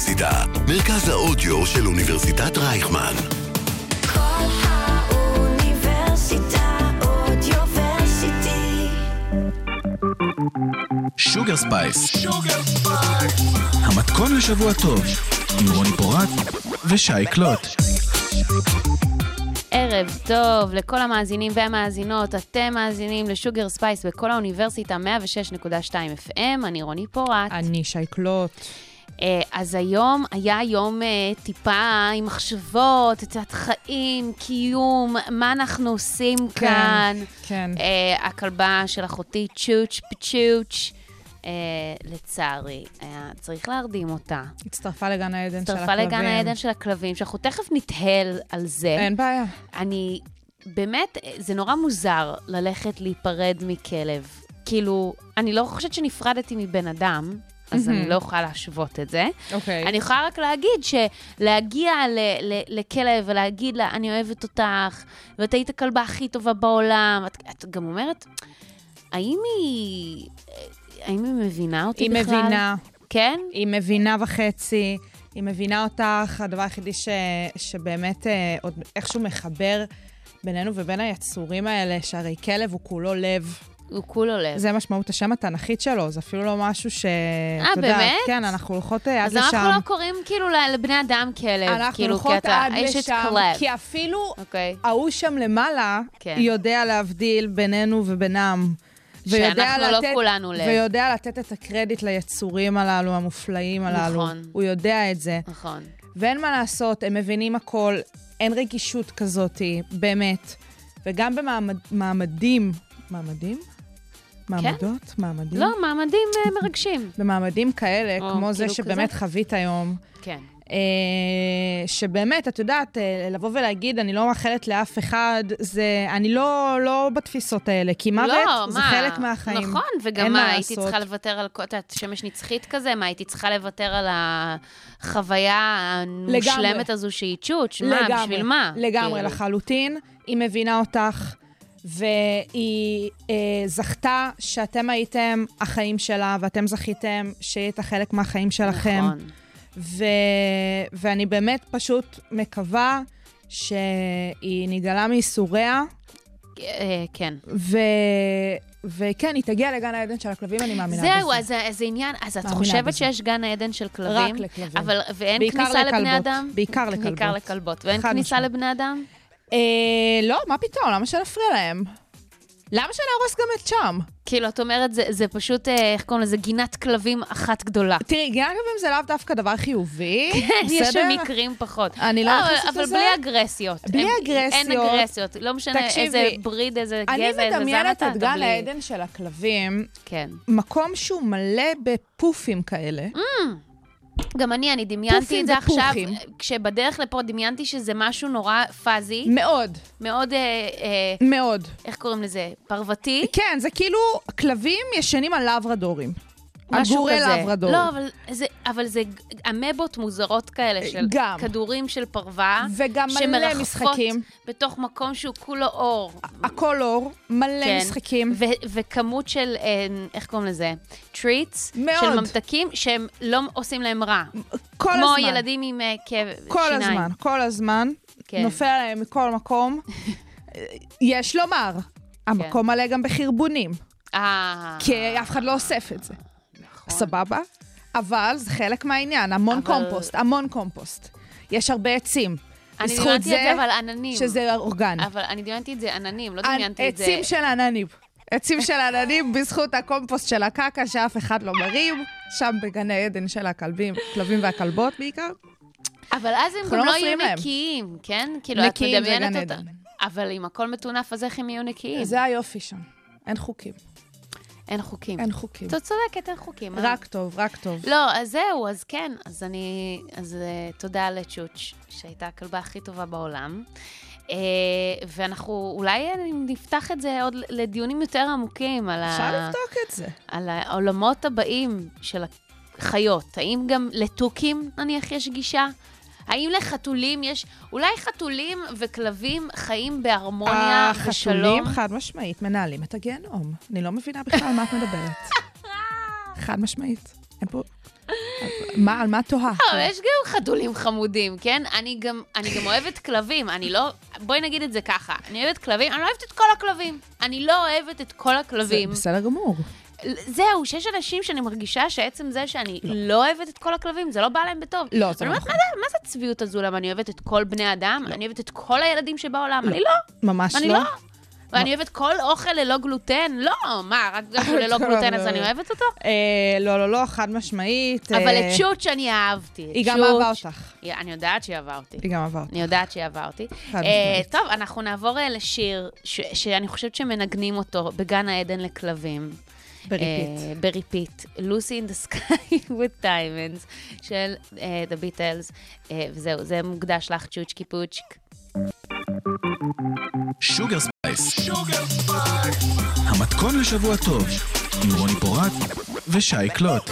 האוניברסיטה, מרכז האודיו של אוניברסיטת רייכמן. כל האוניברסיטה אודיוורסיטי. שוגר ספייס, המתכון לשבוע טוב, עם רוני פורט ושי קלוט. ערב טוב לכל המאזינים והמאזינות, אתם מאזינים לשוגר ספייס בכל האוניברסיטה 106.2 FM, אני רוני פורט. אני שי קלוט. אז היום היה יום טיפה עם מחשבות, הצעת חיים, קיום, מה אנחנו עושים כאן. כן. הכלבה של אחותי צ'וץ' פצ'וץ', לצערי, צריך להרדים אותה. הצטרפה לגן העדן של הכלבים. הצטרפה לגן העדן של הכלבים, שאנחנו תכף נתהל על זה. אין בעיה. אני, באמת, זה נורא מוזר ללכת להיפרד מכלב. כאילו, אני לא חושבת שנפרדתי מבן אדם, אז אני לא יכולה להשוות את זה. אוקיי. אני יכולה רק להגיד שלהגיע לכלב ולהגיד לה, אני אוהבת אותך, ואת היית הכלבה הכי טובה בעולם. את גם אומרת, האם היא מבינה אותי בכלל? היא מבינה. כן? היא מבינה וחצי, היא מבינה אותך. הדבר היחידי שבאמת עוד איכשהו מחבר בינינו ובין היצורים האלה, שהרי כלב הוא כולו לב. הוא כולו לב. זה משמעות השם התנכית שלו, זה אפילו לא משהו באמת? כן, אנחנו הולכות עד לשם. אז אנחנו לא קוראים כאילו לבני אדם כלב. אנחנו הולכות עד לשם, כי אפילו ההוא שם למעלה יודע להבדיל בינינו ובינם. שאנחנו לא כולנו לב. ויודע לתת את הקרדיט ליצורים הללו, המופלאים הללו. נכון. הוא יודע את זה. נכון. ואין מה לעשות, הם מבינים הכל, אין רגישות כזאת, באמת. וגם במעמדים, מעמדים? מעמדות? מעמדים? לא, מעמדים מרגשים. במעמדים כאלה, כמו זה שבאמת חווית היום. כן. שבאמת, את יודעת, לבוא ולהגיד, אני לא מאחלת לאף אחד, אני לא בתפיסות האלה, כי מוות זה חלק מהחיים. נכון, וגם מה, הייתי צריכה לוותר על שמש נצחית כזה, מה, הייתי צריכה לוותר על החוויה המושלמת הזו שהיא צ'וץ', מה, בשביל מה? לגמרי, לחלוטין, היא מבינה אותך, והיא זכתה שאתם הייתם החיים שלה, ואתם זכיתם שיהיה את החלק מהחיים שלכם. נכון. ואני באמת פשוט מקווה שהיא נגלה מייסוריה. כן. וכן, היא תגיע לגן העדן של הכלבים, אני מאמינה בזה. זהו, אז העניין, אז את חושבת שיש גן העדן של כלבים? רק לכלבים. ואין כניסה לבני אדם? בעיקר לכלבות. בעיקר לכלבות. ואין כניסה לבני אדם? לא, מה פתאום? למה שנפריע להם? למה שנהרוס גם את שם? כאילו, את אומרת, זה פשוט, איך קוראים לזה, גינת כלבים אחת גדולה. תראי, גינת כלבים זה לאו דווקא דבר חיובי. כן, יש מקרים פחות. אני לא נכנסת לזה. אבל בלי אגרסיות. בלי אגרסיות. אין אגרסיות. לא משנה איזה בריד, איזה גזע, איזה זן אתה. אני מדמיינת את גן העדן של הכלבים. כן. מקום שהוא מלא בפופים כאלה. גם אני דמיינתי את זה עכשיו, כשבדרך לפה דמיינתי שזה משהו נורא פאזי. מאוד. מאוד, מאוד. איך קוראים לזה? פרוותי? כן, זה כאילו, כלבים ישנים על לברדורים. משהו כזה. לברדור. לא, אבל זה אמבות מוזרות כאלה של גם. כדורים של פרווה. וגם מלא משחקים. שמרחפות בתוך מקום שהוא כולו אור. הכל אור, מלא כן. משחקים. וכמות של, איך קוראים לזה? טריטס. מאוד. של ממתקים שהם לא עושים להם רע. כל כמו הזמן. ילדים עם כל שיניים. כל הזמן. כן. נופל עליהם מכל מקום. יש לומר, המקום מלא גם בחרבונים. כי אף אחד לא אוסף את זה. סבבה? אבל זה חלק מהעניין, המון קומפוסט. יש הרבה עצים. אני דמיינתי את זה, אבל עננים. שזה אורגני. אבל אני דמיינתי את זה עננים, לא דמיינתי את זה. עצים של עננים. עצים של עננים בזכות הקומפוסט של הקקה שאף אחד לא מרים, שם בגן העדן של הכלבים והכלבות בעיקר. אבל אז הם גם לא יהיו נקיים, כן? כאילו, את מדמיינת אותה. אבל אם הכל מטונף, אז איך הם יהיו נקיים? זה היופי שם. אין חוקים. אין חוקים. אין חוקים. אתה צודקת, אין חוקים. רק טוב, רק טוב. לא, אז זהו, אז כן. אז תודה לצ'וץ', שהייתה הכלבה הכי טובה בעולם. ואנחנו אולי נפתח את זה עוד לדיונים יותר עמוקים אפשר לבדוק את זה. על העולמות הבאים של החיות. האם גם לטוקים, נניח, יש גישה? האם לחתולים יש, אולי חתולים וכלבים חיים בהרמוניה ושלום? החתולים חד משמעית מנהלים את הגיהנום. אני לא מבינה בכלל מה את מדברת. חד משמעית. אין פה... על מה תוהה? יש גם חתולים חמודים, כן? אני גם אוהבת כלבים, בואי נגיד את זה ככה, אני אוהבת כלבים, אני לא אוהבת את כל הכלבים. אני לא אוהבת את כל הכלבים. זה בסדר גמור. זהו, שיש אנשים שאני מרגישה שעצם זה שאני לא אוהבת את כל הכלבים, זה לא בא להם בטוב. לא, זה לא נכון. מה זה הצביעות הזו? למה אני אוהבת את כל בני אדם? אני אוהבת את כל הילדים שבעולם? אני לא. ממש לא. אני לא. ואני אוהבת כל אוכל ללא גלוטן? לא. מה, רק גלו ללא גלוטן אז אני אוהבת אותו? לא, חד משמעית. אבל את שוט שאני אהבתי. היא גם אהבה אותך. אני יודעת שהיא אהבה אותי. היא גם אהבה אותך. אני יודעת שהיא אהבה אותי. טוב, אנחנו נעבור לשיר שאני חושבת שמנגנים אותו בגן העדן לכלבים. בריפיט. Lucy in the Sky with Diamonds של The Beatles. וזהו, זה מוקדש לך צ'וצ'קי פוצ'ק. שוגר ספייס. המתכון לשבוע טוב עם רוני פורט ושי קלוט.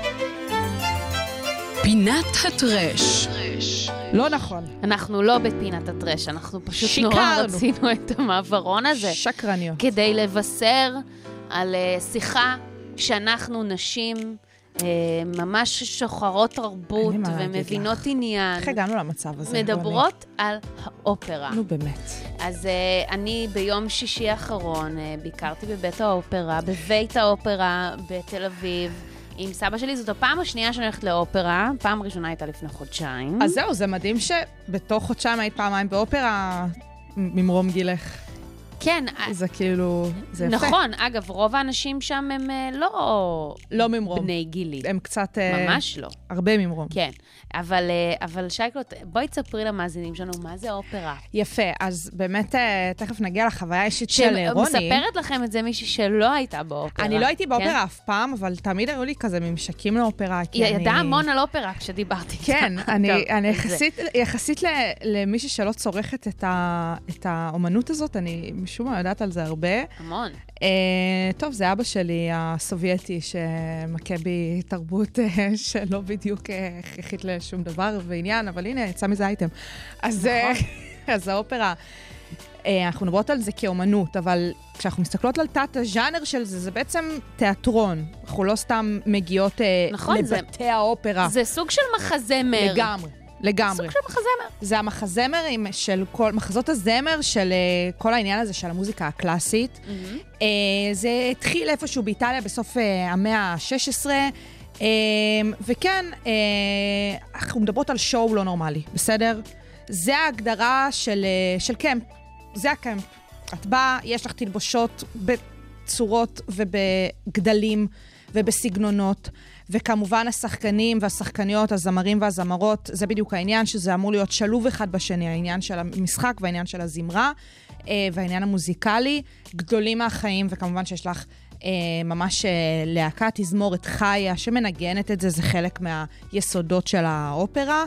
פינת הטרש. לא נכון. אנחנו לא בפינת הטרש, אנחנו פשוט נורא רצינו את המעברון הזה. שקרניות. כדי לבשר על שיחה שאנחנו נשים ממש שוחרות תרבות ומבינות עניין. איך הגענו למצב הזה? מדברות על האופרה. נו באמת. אז אני ביום שישי האחרון ביקרתי בבית האופרה, בבית האופרה בתל אביב, עם סבא שלי. זאת הפעם השנייה שאני הולכת לאופרה, פעם ראשונה הייתה לפני חודשיים. אז זהו, זה מדהים שבתוך חודשיים היית פעמיים באופרה ממרום גילך. כן. זה כאילו, זה יפה. נכון, אגב, רוב האנשים שם הם לא ממרום. בני גילי. הם קצת... ממש לא. הרבה ממרום. כן, אבל שייקלוט, בואי תספרי למאזינים שלנו, מה זה אופרה? יפה, אז באמת תכף נגיע לחוויה האישית של רוני. שמספרת לכם את זה מישהי שלא הייתה באופרה. אני לא הייתי באופרה אף פעם, אבל תמיד היו לי כזה ממשקים לאופרה. היא ידעה המון על אופרה כשדיברתי איתה. כן, אני יחסית למישהי שלא צורכת את האומנות הזאת, אני משום מה יודעת על זה הרבה. המון. טוב, זה אבא שלי הסובייטי שמכה בי תרבות שלא בדיוק הכרחית לשום דבר ועניין, אבל הנה, יצא מזה אייטם. אז האופרה, אנחנו מדברות על זה כאומנות, אבל כשאנחנו מסתכלות על תת הז'אנר של זה, זה בעצם תיאטרון. אנחנו לא סתם מגיעות לבתי האופרה. זה סוג של מחזמר. לגמרי. סוג של מחזמר. זה המחזמר של כל, מחזות הזמר של כל העניין הזה של המוזיקה הקלאסית. זה התחיל איפשהו באיטליה בסוף המאה ה-16, וכן, אנחנו מדברות על שואו לא נורמלי, בסדר? זה ההגדרה של קמפ. זה הקמפ. את באה, יש לך תלבושות בצורות ובגדלים ובסגנונות, וכמובן השחקנים והשחקניות, הזמרים והזמרות, זה בדיוק העניין, שזה אמור להיות שלוב אחד בשני, העניין של המשחק והעניין של הזמרה, והעניין המוזיקלי, גדולים מהחיים, וכמובן שיש לך ממש להקה, תזמורת חיה, שמנגנת את זה, זה חלק מהיסודות של האופרה.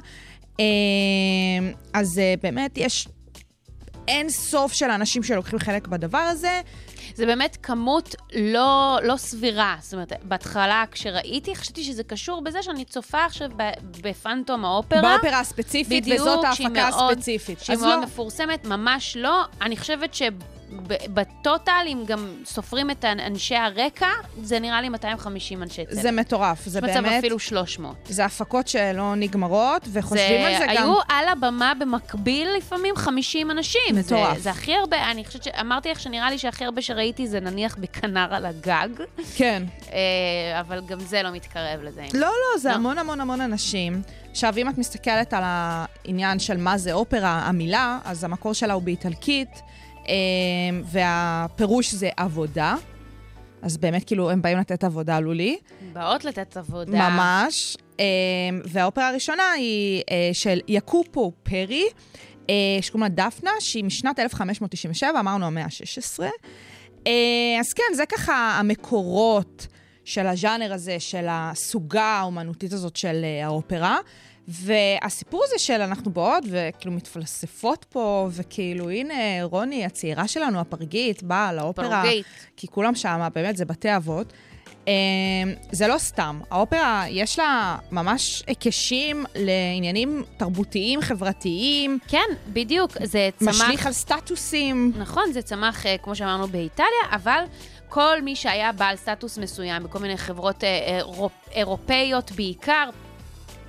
אז באמת יש אין סוף של האנשים שלוקחים חלק בדבר הזה. זה באמת כמות לא סבירה. זאת אומרת, בהתחלה כשראיתי, חשבתי שזה קשור בזה שאני צופה עכשיו בפנטום האופרה. באופרה הספציפית, וזאת ההפקה הספציפית. שהיא מאוד מפורסמת, ממש לא. אני חושבת שבטוטל, אם גם סופרים את אנשי הרקע, זה נראה לי 250 אנשי צוות. זה מטורף, זה באמת... מצב אפילו 300. זה הפקות שלא נגמרות, וחושבים על זה גם... היו על הבמה במקביל לפעמים 50 אנשים. מטורף. זה הכי הרבה, אני חושבת אמרתי איך שנראה לי שהכי הרבה שראיתי זה נניח בכנר על הגג. כן. אבל גם זה לא מתקרב לזה. לא, זה המון המון המון אנשים. עכשיו, אם את מסתכלת על העניין של מה זה אופרה, המילה, אז המקור שלה הוא באיטלקית, והפירוש זה עבודה. אז באמת, כאילו, הם באים לתת עבודה, לולי. באות לתת עבודה. ממש. והאופרה הראשונה היא של יקופו פרי, שקוראים לה דפנה, שהיא משנת 1597, אמרנו המאה ה-16. אז כן, זה ככה המקורות של הז'אנר הזה, של הסוגה האומנותית הזאת של האופרה. והסיפור הזה של אנחנו באות וכאילו מתפלספות פה, וכאילו הנה רוני הצעירה שלנו, הפרגית, באה לאופרה, כי כולם שם, באמת זה בתי אבות. זה לא סתם. האופרה יש לה ממש היקשים לעניינים תרבותיים, חברתיים. כן, בדיוק. זה צמח... משליך על סטטוסים. נכון, זה צמח, כמו שאמרנו, באיטליה, אבל כל מי שהיה בעל סטטוס מסוים, בכל מיני חברות אירופאיות בעיקר,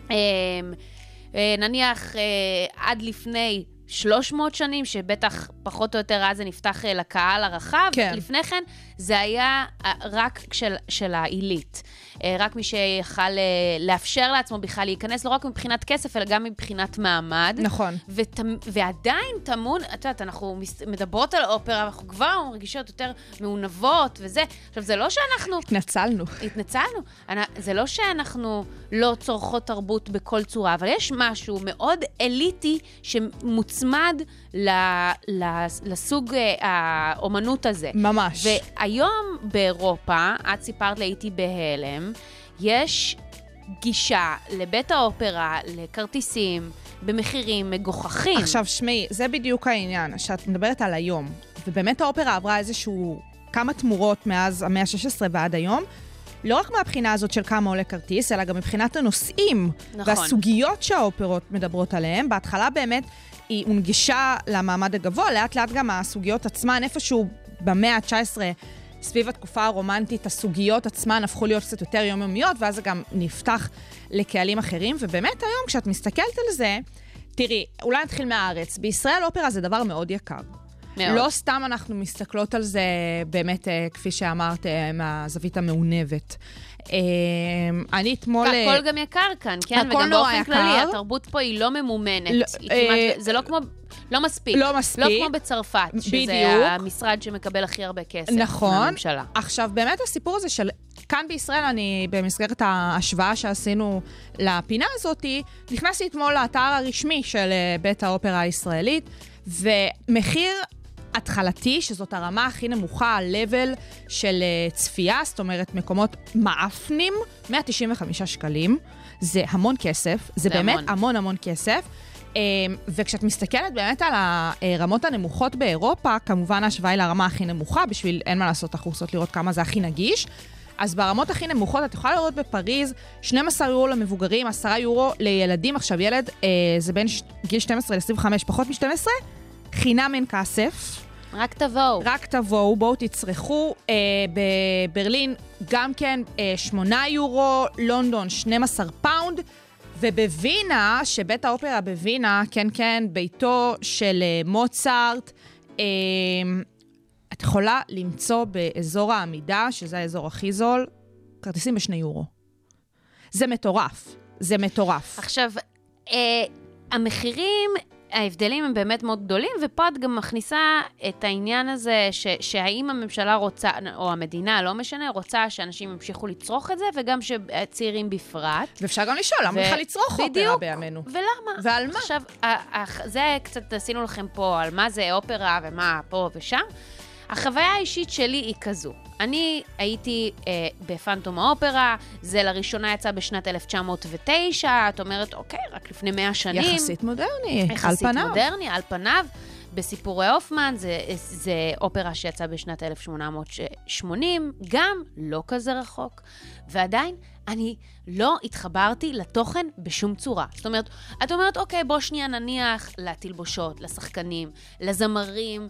נניח עד לפני 300 שנים, שבטח פחות או יותר אז זה נפתח לקהל הרחב, כן. לפני כן זה היה רק של העילית. רק מי שיכל לאפשר לעצמו בכלל להיכנס, לא רק מבחינת כסף, אלא גם מבחינת מעמד. נכון. ועדיין תמון, את יודעת, אנחנו מדברות על אופרה, ואנחנו כבר מרגישות יותר מעונבות וזה. עכשיו, זה לא שאנחנו... התנצלנו. זה לא שאנחנו לא צורכות תרבות בכל צורה, אבל יש משהו מאוד אליטי שמוצמד לסוג האומנות הזה. ממש. והיום באירופה, את סיפרת לי, הייתי בהלם, יש גישה לבית האופרה, לכרטיסים, במחירים מגוחכים. עכשיו, שמי, זה בדיוק העניין, שאת מדברת על היום. ובאמת האופרה עברה כמה תמורות מאז המאה ה-16 ועד היום, לא רק מהבחינה הזאת של כמה עולה כרטיס, אלא גם מבחינת הנושאים, נכון. והסוגיות שהאופרות מדברות עליהן. בהתחלה באמת היא הונגשה למעמד הגבוה, לאט לאט גם הסוגיות עצמן, איפשהו במאה ה-19, סביב התקופה הרומנטית, הסוגיות עצמן הפכו להיות קצת יותר יומיומיות, ואז זה גם נפתח לקהלים אחרים, ובאמת היום כשאת מסתכלת על זה, תראי, אולי נתחיל מהארץ, בישראל אופרה זה דבר מאוד יקר. מאוד. לא סתם אנחנו מסתכלות על זה באמת, כפי שאמרת, מהזווית המעונבת. אני אתמול... הכל גם יקר כאן, כן? וגם באופן כללי, התרבות פה היא לא ממומנת. זה לא כמו... לא מספיק. לא כמו בצרפת, שזה המשרד שמקבל הכי הרבה כסף. נכון. מהממשלה. עכשיו, באמת הסיפור הזה של... כאן בישראל, אני במסגרת ההשוואה שעשינו לפינה הזאת, נכנסתי אתמול לאתר הרשמי של בית האופרה הישראלית, ומחיר התחלתי, שזאת הרמה הכי נמוכה, ה-level של צפייה, זאת אומרת, מקומות מאפנים, 195 שקלים. זה המון כסף, זה באמת המון כסף. וכשאת מסתכלת באמת על הרמות הנמוכות באירופה, כמובן ההשוואה היא לרמה הכי נמוכה, בשביל אין מה לעשות, אנחנו רוצות לראות כמה זה הכי נגיש. אז ברמות הכי נמוכות, את יכולה לראות בפריז, 12 יורו למבוגרים, 10 יורו לילדים. עכשיו ילד, זה בין גיל 12 ל-25, פחות מ-12, חינם אין כסף. רק תבואו, בואו תצרכו. בברלין גם כן 8 יורו, לונדון 12 פאונד, ובווינה, שבית האופרה בווינה, כן, ביתו של מוצרט, את יכולה למצוא באזור העמידה, שזה האזור הכי זול, כרטיסים ב2 יורו. זה מטורף. עכשיו, המחירים, ההבדלים הם באמת מאוד גדולים, ופה את גם מכניסה את העניין הזה, שהאם הממשלה רוצה, או המדינה, לא משנה, רוצה שאנשים ימשיכו לצרוך את זה, וגם שצעירים בפרט. ואפשר גם לשאול, למה בכלל לצרוך אופרה בימינו? ולמה? ועל מה? עכשיו, זה קצת עשינו לכם פה, על מה זה אופרה ומה פה ושם. החוויה האישית שלי היא כזו. אני הייתי בפנטום האופרה, זה לראשונה יצא בשנת 1909, את אומרת, אוקיי, רק לפני 100 שנים. יחסית מודרני, על פניו. בסיפורי הופמן, זה אופרה שיצא בשנת 1880, גם לא כזה רחוק. ועדיין, אני לא התחברתי לתוכן בשום צורה. זאת אומרת, את אומרת, אוקיי, בוא שנייה נניח לתלבושות, לשחקנים, לזמרים,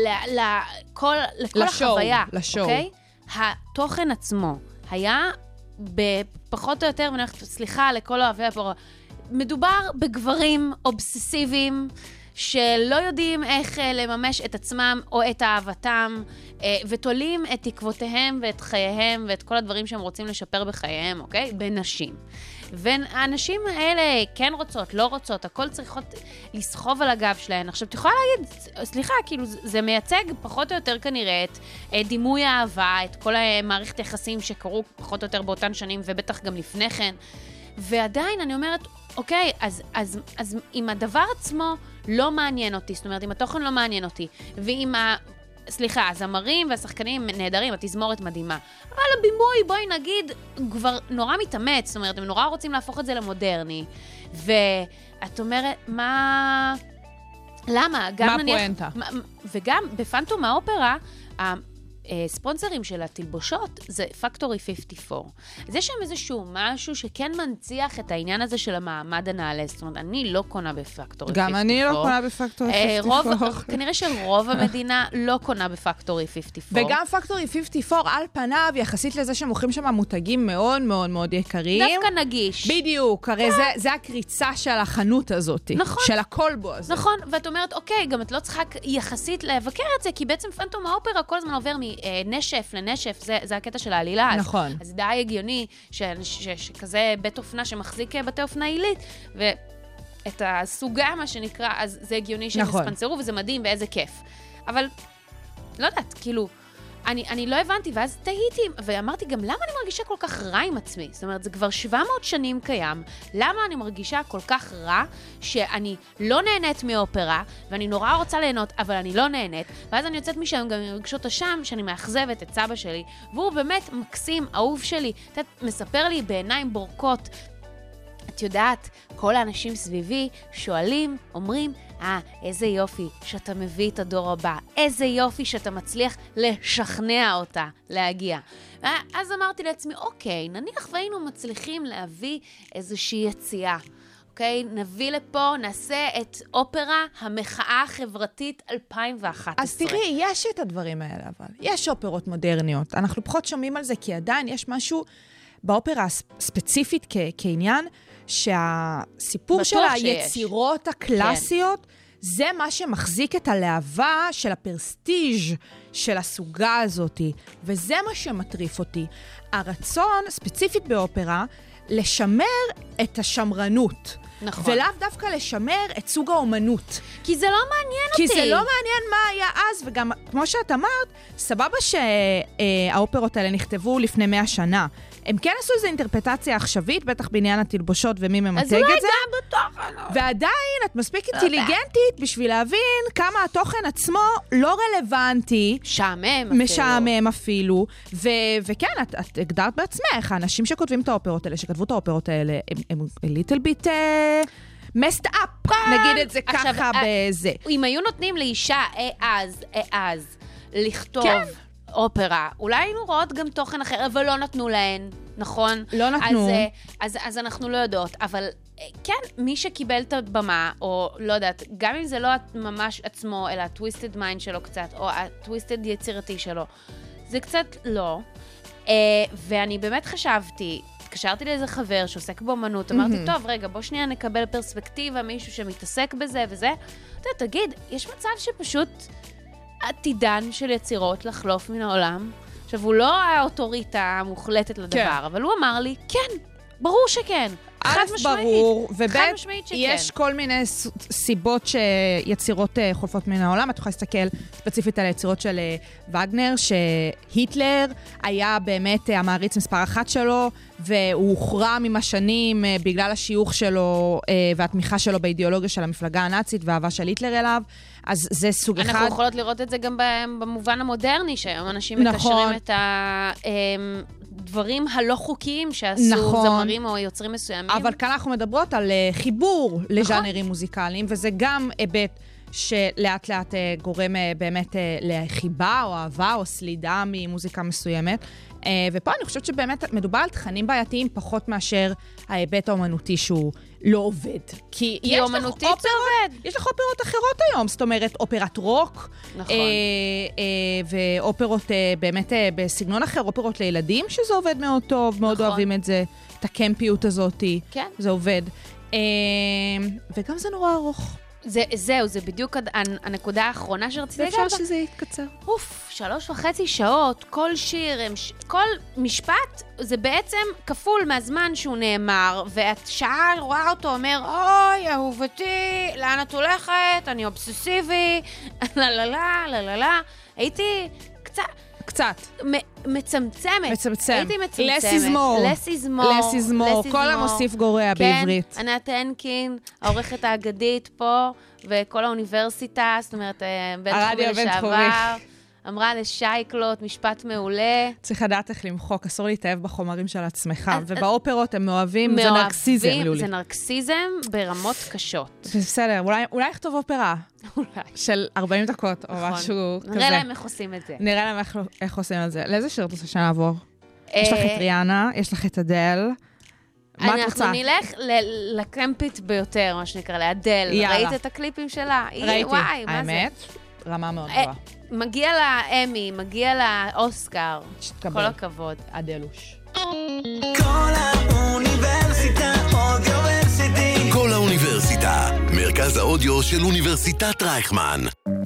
לכל החוויה. לשואו. אוקיי? התוכן עצמו היה בפחות או יותר, סליחה לכל אוהבי הפורה, מדובר בגברים אובססיביים, שלא יודעים איך לממש את עצמם או את אהבתם, ותולים את תקוותיהם ואת חייהם ואת כל הדברים שהם רוצים לשפר בחייהם, אוקיי? בנשים. והאנשים האלה כן רוצות, לא רוצות, הכל צריכות לסחוב על הגב שלהן. עכשיו, את יכולה להגיד, סליחה, כאילו, זה מייצג פחות או יותר כנראה את דימוי האהבה, את כל המערכת יחסים שקרו פחות או יותר באותן שנים, ובטח גם לפני כן. ועדיין אני אומרת, אוקיי, אז אם הדבר עצמו לא מעניין אותי, זאת אומרת, אם התוכן לא מעניין אותי, ואם הזמרים והשחקנים נהדרים, התזמורת מדהימה. אבל הבימוי, בואי נגיד, כבר נורא מתאמץ, זאת אומרת, הם נורא רוצים להפוך את זה למודרני. ואת אומרת, מה... למה? מה הפואנטה? וגם בפנטום האופרה, הספונסרים של התלבושות זה פקטורי 54. אז יש שם איזשהו משהו שכן מנציח את העניין הזה של המעמד הנעלה. זאת אומרת, אני לא קונה בפקטורי 54. גם אני לא קונה בפקטורי 54. כנראה שרוב המדינה לא קונה בפקטורי 54. וגם פקטורי 54 על פניו, יחסית לזה שמוכרים שם מותגים מאוד מאוד מאוד יקרים. דווקא נגיש. בדיוק, הרי זה הקריצה של החנות הזאת. נכון. של הקולבו הזה. נכון, ואת אומרת, אוקיי, גם את לא צריכה יחסית לבקר את זה, כי בעצם פנטום האופרה כל הזמן עובר מנשף לנשף, זה הקטע של העלילה. נכון. אז די הגיוני שכזה בית אופנה שמחזיק בתי אופנה עילית, ואת הסוגה, מה שנקרא, אז זה הגיוני שהם יספנסרו, וזה מדהים ואיזה כיף. אבל, לא יודעת, כאילו, אני לא הבנתי, ואז תהיתי, ואמרתי גם, למה אני מרגישה כל כך רע עם עצמי? זאת אומרת, זה כבר 700 שנים קיים, למה אני מרגישה כל כך רע, שאני לא נהנית מאופרה, ואני נורא רוצה ליהנות, אבל אני לא נהנית, ואז אני יוצאת משם גם עם רגשות אשם, שאני מאכזבת את סבא שלי, והוא באמת מקסים, אהוב שלי, מספר לי בעיניים בורקות, את יודעת, כל האנשים סביבי שואלים, אומרים, איזה יופי שאתה מביא את הדור הבא, איזה יופי שאתה מצליח לשכנע אותה להגיע. אז אמרתי לעצמי, אוקיי, נניח והיינו מצליחים להביא איזושהי יציאה. אוקיי, נביא לפה, נעשה את אופרה המחאה החברתית 2011. אז תראי, יש את הדברים האלה, אבל יש אופרות מודרניות. אנחנו פחות שומעים על זה, כי עדיין יש משהו באופרה ספציפית כעניין, שהסיפור של היצירות הקלאסיות, זה מה שמחזיק את הלהבה של הפרסטיג' של הסוגה הזאת, וזה מה שמטריף אותי. הרצון, ספציפית באופרה, לשמר את השמרנות. נכון. ולאו דווקא לשמר את סוג האומנות. כי זה לא מעניין כי אותי. זה לא מעניין מה היה אז, וגם, כמו שאת אמרת, סבבה שהאופרות האלה נכתבו לפני 100 שנה. הם כן עשו איזו אינטרפטציה עכשווית, בטח בעניין התלבושות ומי ממתג את זה. אז אולי גם בתוכן. ועדיין את מספיק אינטליגנטית בשביל להבין כמה התוכן עצמו לא רלוונטי. משעמם אפילו. וכן, את הגדרת בעצמך, האנשים שכותבים את האופרות האלה, שכתבו את האופרות האלה, הם ליטל ביט messed up, נגיד את זה ככה בזה. אם היו נותנים לאישה אז לכתוב אופרה, אולי היינו רואות גם תוכן אחר, אבל לא נתנו להן, נכון? לא נתנו. אז אנחנו לא יודעות, אבל כן, מי שקיבל את הבמה, או לא יודעת, גם אם זה לא ממש עצמו, אלא הטוויסטד מיינד שלו קצת, או הטוויסטד יצירתי שלו, זה קצת לא. ואני באמת חשבתי, התקשרתי לאיזה חבר שעוסק באמנות, אמרתי, טוב, רגע, בוא שנייה נקבל פרספקטיבה, מישהו שמתעסק בזה וזה. תגיד, יש מצב שפשוט עתידן של יצירות לחלוף מן העולם? עכשיו, הוא לא האוטוריטה המוחלטת לדבר, אבל הוא אמר לי, כן, ברור שכן. חד משמעית. ברור, ובית, יש כל מיני סיבות שיצירות חולפות מן העולם. את יכולה להסתכל ספציפית על היצירות של וגנר, שהיטלר היה באמת המעריץ מספר 1 שלו, והוא הוכרע עם השנים בגלל השיוך שלו והתמיכה שלו באידיאולוגיה של המפלגה הנאצית והאהבה של היטלר אליו. אז זה סוג אחד. אנחנו יכולות לראות את זה גם במובן המודרני, שהיום אנשים מקשרים את הדברים הלא חוקיים שעשו זמרים או יוצרים מסוימים. אבל כאן אנחנו מדברות על חיבור לז'אנרים מוזיקליים, וזה גם היבט שלאט לאט גורם באמת לחיבה או אהבה או סלידה ממוזיקה מסוימת. ופה אני חושבת שבאמת מדובר על תכנים בעייתיים פחות מאשר ההיבט האומנותי שהוא לא עובד. כי אומנותית זה עובד. יש לך אופרות אחרות היום, זאת אומרת אופרת רוק, נכון. ואופרות באמת בסגנון אחר, אופרות לילדים שזה עובד מאוד טוב, מאוד אוהבים את זה, את הקמפיות הזאת, כן. זה עובד. וגם זה נורא ארוך. זהו, זה בדיוק הנקודה האחרונה שרציתי לגעת. ואפשר שזה יתקצר. 3.5 שעות, כל שיר, כל משפט, זה בעצם כפול מהזמן שהוא נאמר, ואת שעה רואה אותו אומר, אוי, אהובתי, לאן את הולכת? אני אובססיבי, לא. הייתי קצת. מצמצמת. הייתי מצמצמת. לסיזמור. כל המוסיף גורע בעברית. כן, ענת הנקין, העורכת האגדית פה, וכל האוניברסיטה, זאת אומרת, בית חובי לשעבר. אמרה לשייקלוט, משפט מעולה. צריך לדעת איך למחוק, אסור להתאהב בחומרים של עצמך, ובאופרות הם מאוהבים, זה נרקסיזם, לולי. זה נרקסיזם ברמות קשות. בסדר, אולי יכתוב אופרה. של 40 דקות או משהו כזה. נראה להם איך עושים את זה. נראה להם איך עושים את זה. לאיזה שיר את רוצה שנעבור? יש לך את ריאנה, יש לך את אדל. מה את רוצה? אנחנו נלך לקמפית ביותר, מה שנקרא, לאדל. ראית את הקליפים שלה? ראיתי, האמת. רמה מאוד גבוהה. מגיע לה אמי, מגיע לה אוסקר. כל הכבוד. אדלוש. כל האוניברסיטה, מרכז האודיו של אוניברסיטת רייכמן.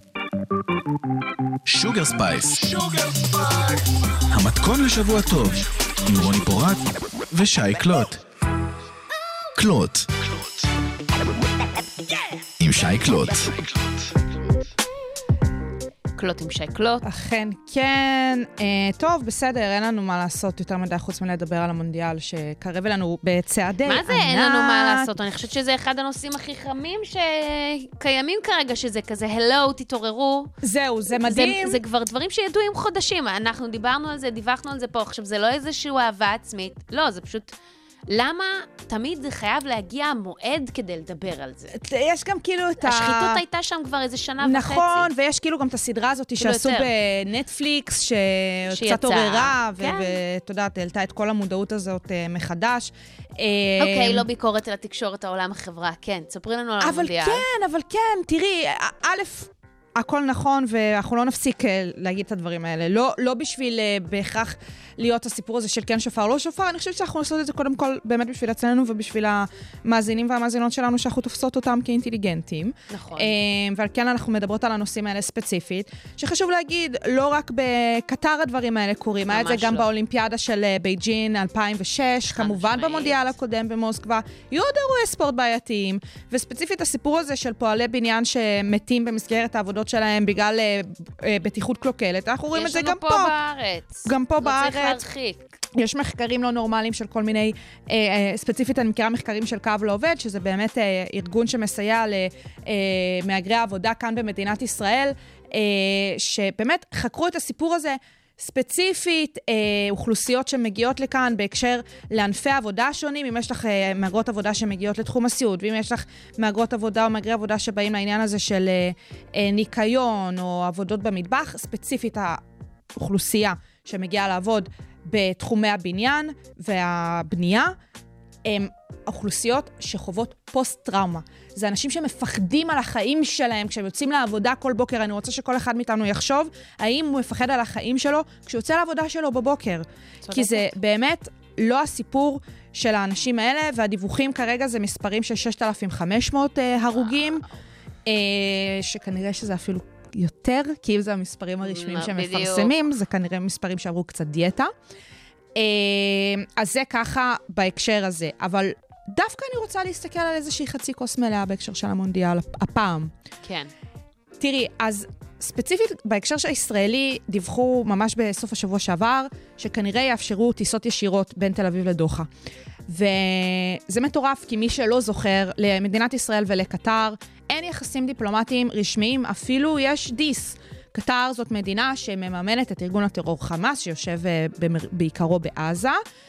שוגר ספייס. המתכון לשבוע טוב, עם רוני פורט ושי קלוט. קלוט. עם שי קלוט. קלוט עם שי קלוט. אכן, כן. טוב, בסדר, אין לנו מה לעשות יותר מדי חוץ מלדבר על המונדיאל שקרב אלינו בצעדי ענק. מה זה אין לנו מה לעשות? אני חושבת שזה אחד הנושאים הכי חמים שקיימים כרגע, שזה כזה, הלו, תתעוררו. זהו, זה מדהים. זה כבר דברים שידועים חודשים. אנחנו דיברנו על זה, דיווחנו על זה פה. עכשיו, זה לא איזשהו אהבה עצמית. לא, זה פשוט... למה תמיד זה חייב להגיע המועד כדי לדבר על זה? יש גם כאילו את השחיתות הייתה שם כבר איזה שנה וחצי. נכון, ויש כאילו גם את הסדרה הזאת שעשו בנטפליקס, שקצת עוררה, ואת יודעת, העלתה את כל המודעות הזאת מחדש. אוקיי, לא ביקורת על התקשורת, העולם, החברה, כן, תספרי לנו על המונדיאל. אבל כן, תראי, א', הכל נכון, ואנחנו לא נפסיק להגיד את הדברים האלה. לא בשביל בהכרח להיות הסיפור הזה של כן שופר, לא שופר. אני חושבת שאנחנו נעשות את זה קודם כל באמת בשביל עצמנו, ובשביל המאזינים והמאזינות שלנו, שאנחנו תופסות אותם כאינטליגנטים. נכון. ועל כן אנחנו מדברות על הנושאים האלה ספציפית, שחשוב להגיד, לא רק בקטר הדברים האלה קורים, היה את זה גם באולימפיאדה של בייג'ין 2006, כמובן במונדיאל הקודם במוסקבה, יהיו עוד אירועי ספורט בעייתיים, וספציפית הסיפור הזה של פועלי בניין שמתים במסגרת העבודות שלהם בגלל בטיחות קלוקלת. אנחנו רואים את זה גם פה. יש לנו פה בארץ. גם פה בארץ. לא צריך להרחיק. יש מחקרים לא נורמליים של כל מיני, ספציפית אני מכירה מחקרים של קו לעובד, שזה באמת ארגון שמסייע למהגרי העבודה כאן במדינת ישראל, שבאמת חקרו את הסיפור הזה, ספציפית, אוכלוסיות שמגיעות לכאן בהקשר לענפי עבודה שונים, אם יש לך מהגרות עבודה שמגיעות לתחום הסיעוד, ואם יש לך מהגרות עבודה או מהגרי עבודה שבאים לעניין הזה של ניקיון או עבודות במטבח, ספציפית האוכלוסייה שמגיעה לעבוד בתחומי הבניין והבנייה, הם אוכלוסיות שחוות פוסט-טראומה. זה אנשים שמפחדים על החיים שלהם כשהם יוצאים לעבודה כל בוקר. אני רוצה שכל אחד מאיתנו יחשוב האם הוא מפחד על החיים שלו כשהוא יוצא לעבודה שלו בבוקר. כי זה באמת לא הסיפור של האנשים האלה, והדיווחים כרגע זה מספרים של 6,500 הרוגים, שכנראה שזה אפילו יותר, כי אם זה המספרים הרשמיים שמפרסמים, זה כנראה מספרים שעברו קצת דיאטה. אז זה ככה בהקשר הזה. אבל דווקא אני רוצה להסתכל על איזושהי חצי כוס מלאה בהקשר של המונדיאל הפעם. כן. תראי, אז ספציפית בהקשר של הישראלי דיווחו ממש בסוף השבוע שעבר, שכנראה יאפשרו טיסות ישירות בין תל אביב לדוחה. וזה מטורף, כי מי שלא זוכר, למדינת ישראל ולקטר, אין יחסים דיפלומטיים רשמיים, אפילו יש דיס. קטר זאת מדינה שמממנת את ארגון הטרור חמאס, שיושב בעיקרו בעזה.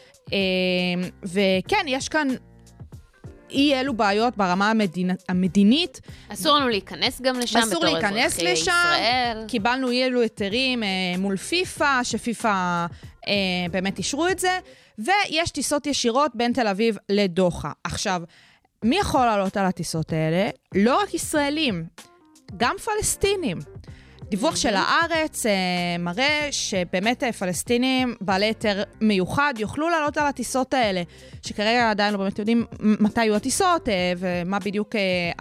וכן, יש כאן אי אלו בעיות ברמה המדינית. אסור לנו להיכנס גם לשם בתור אזרחי ישראל. קיבלנו אי אלו היתרים מול פיפה, שפיפה באמת אישרו את זה, ויש טיסות ישירות בין תל אביב לדוחה. עכשיו, מי יכול לעלות על הטיסות האלה? לא רק ישראלים, גם פלסטינים. דיווח של הארץ מראה שבאמת פלסטינים בעלי היתר מיוחד יוכלו לעלות על הטיסות האלה, שכרגע עדיין לא באמת יודעים מתי יהיו הטיסות ומה בדיוק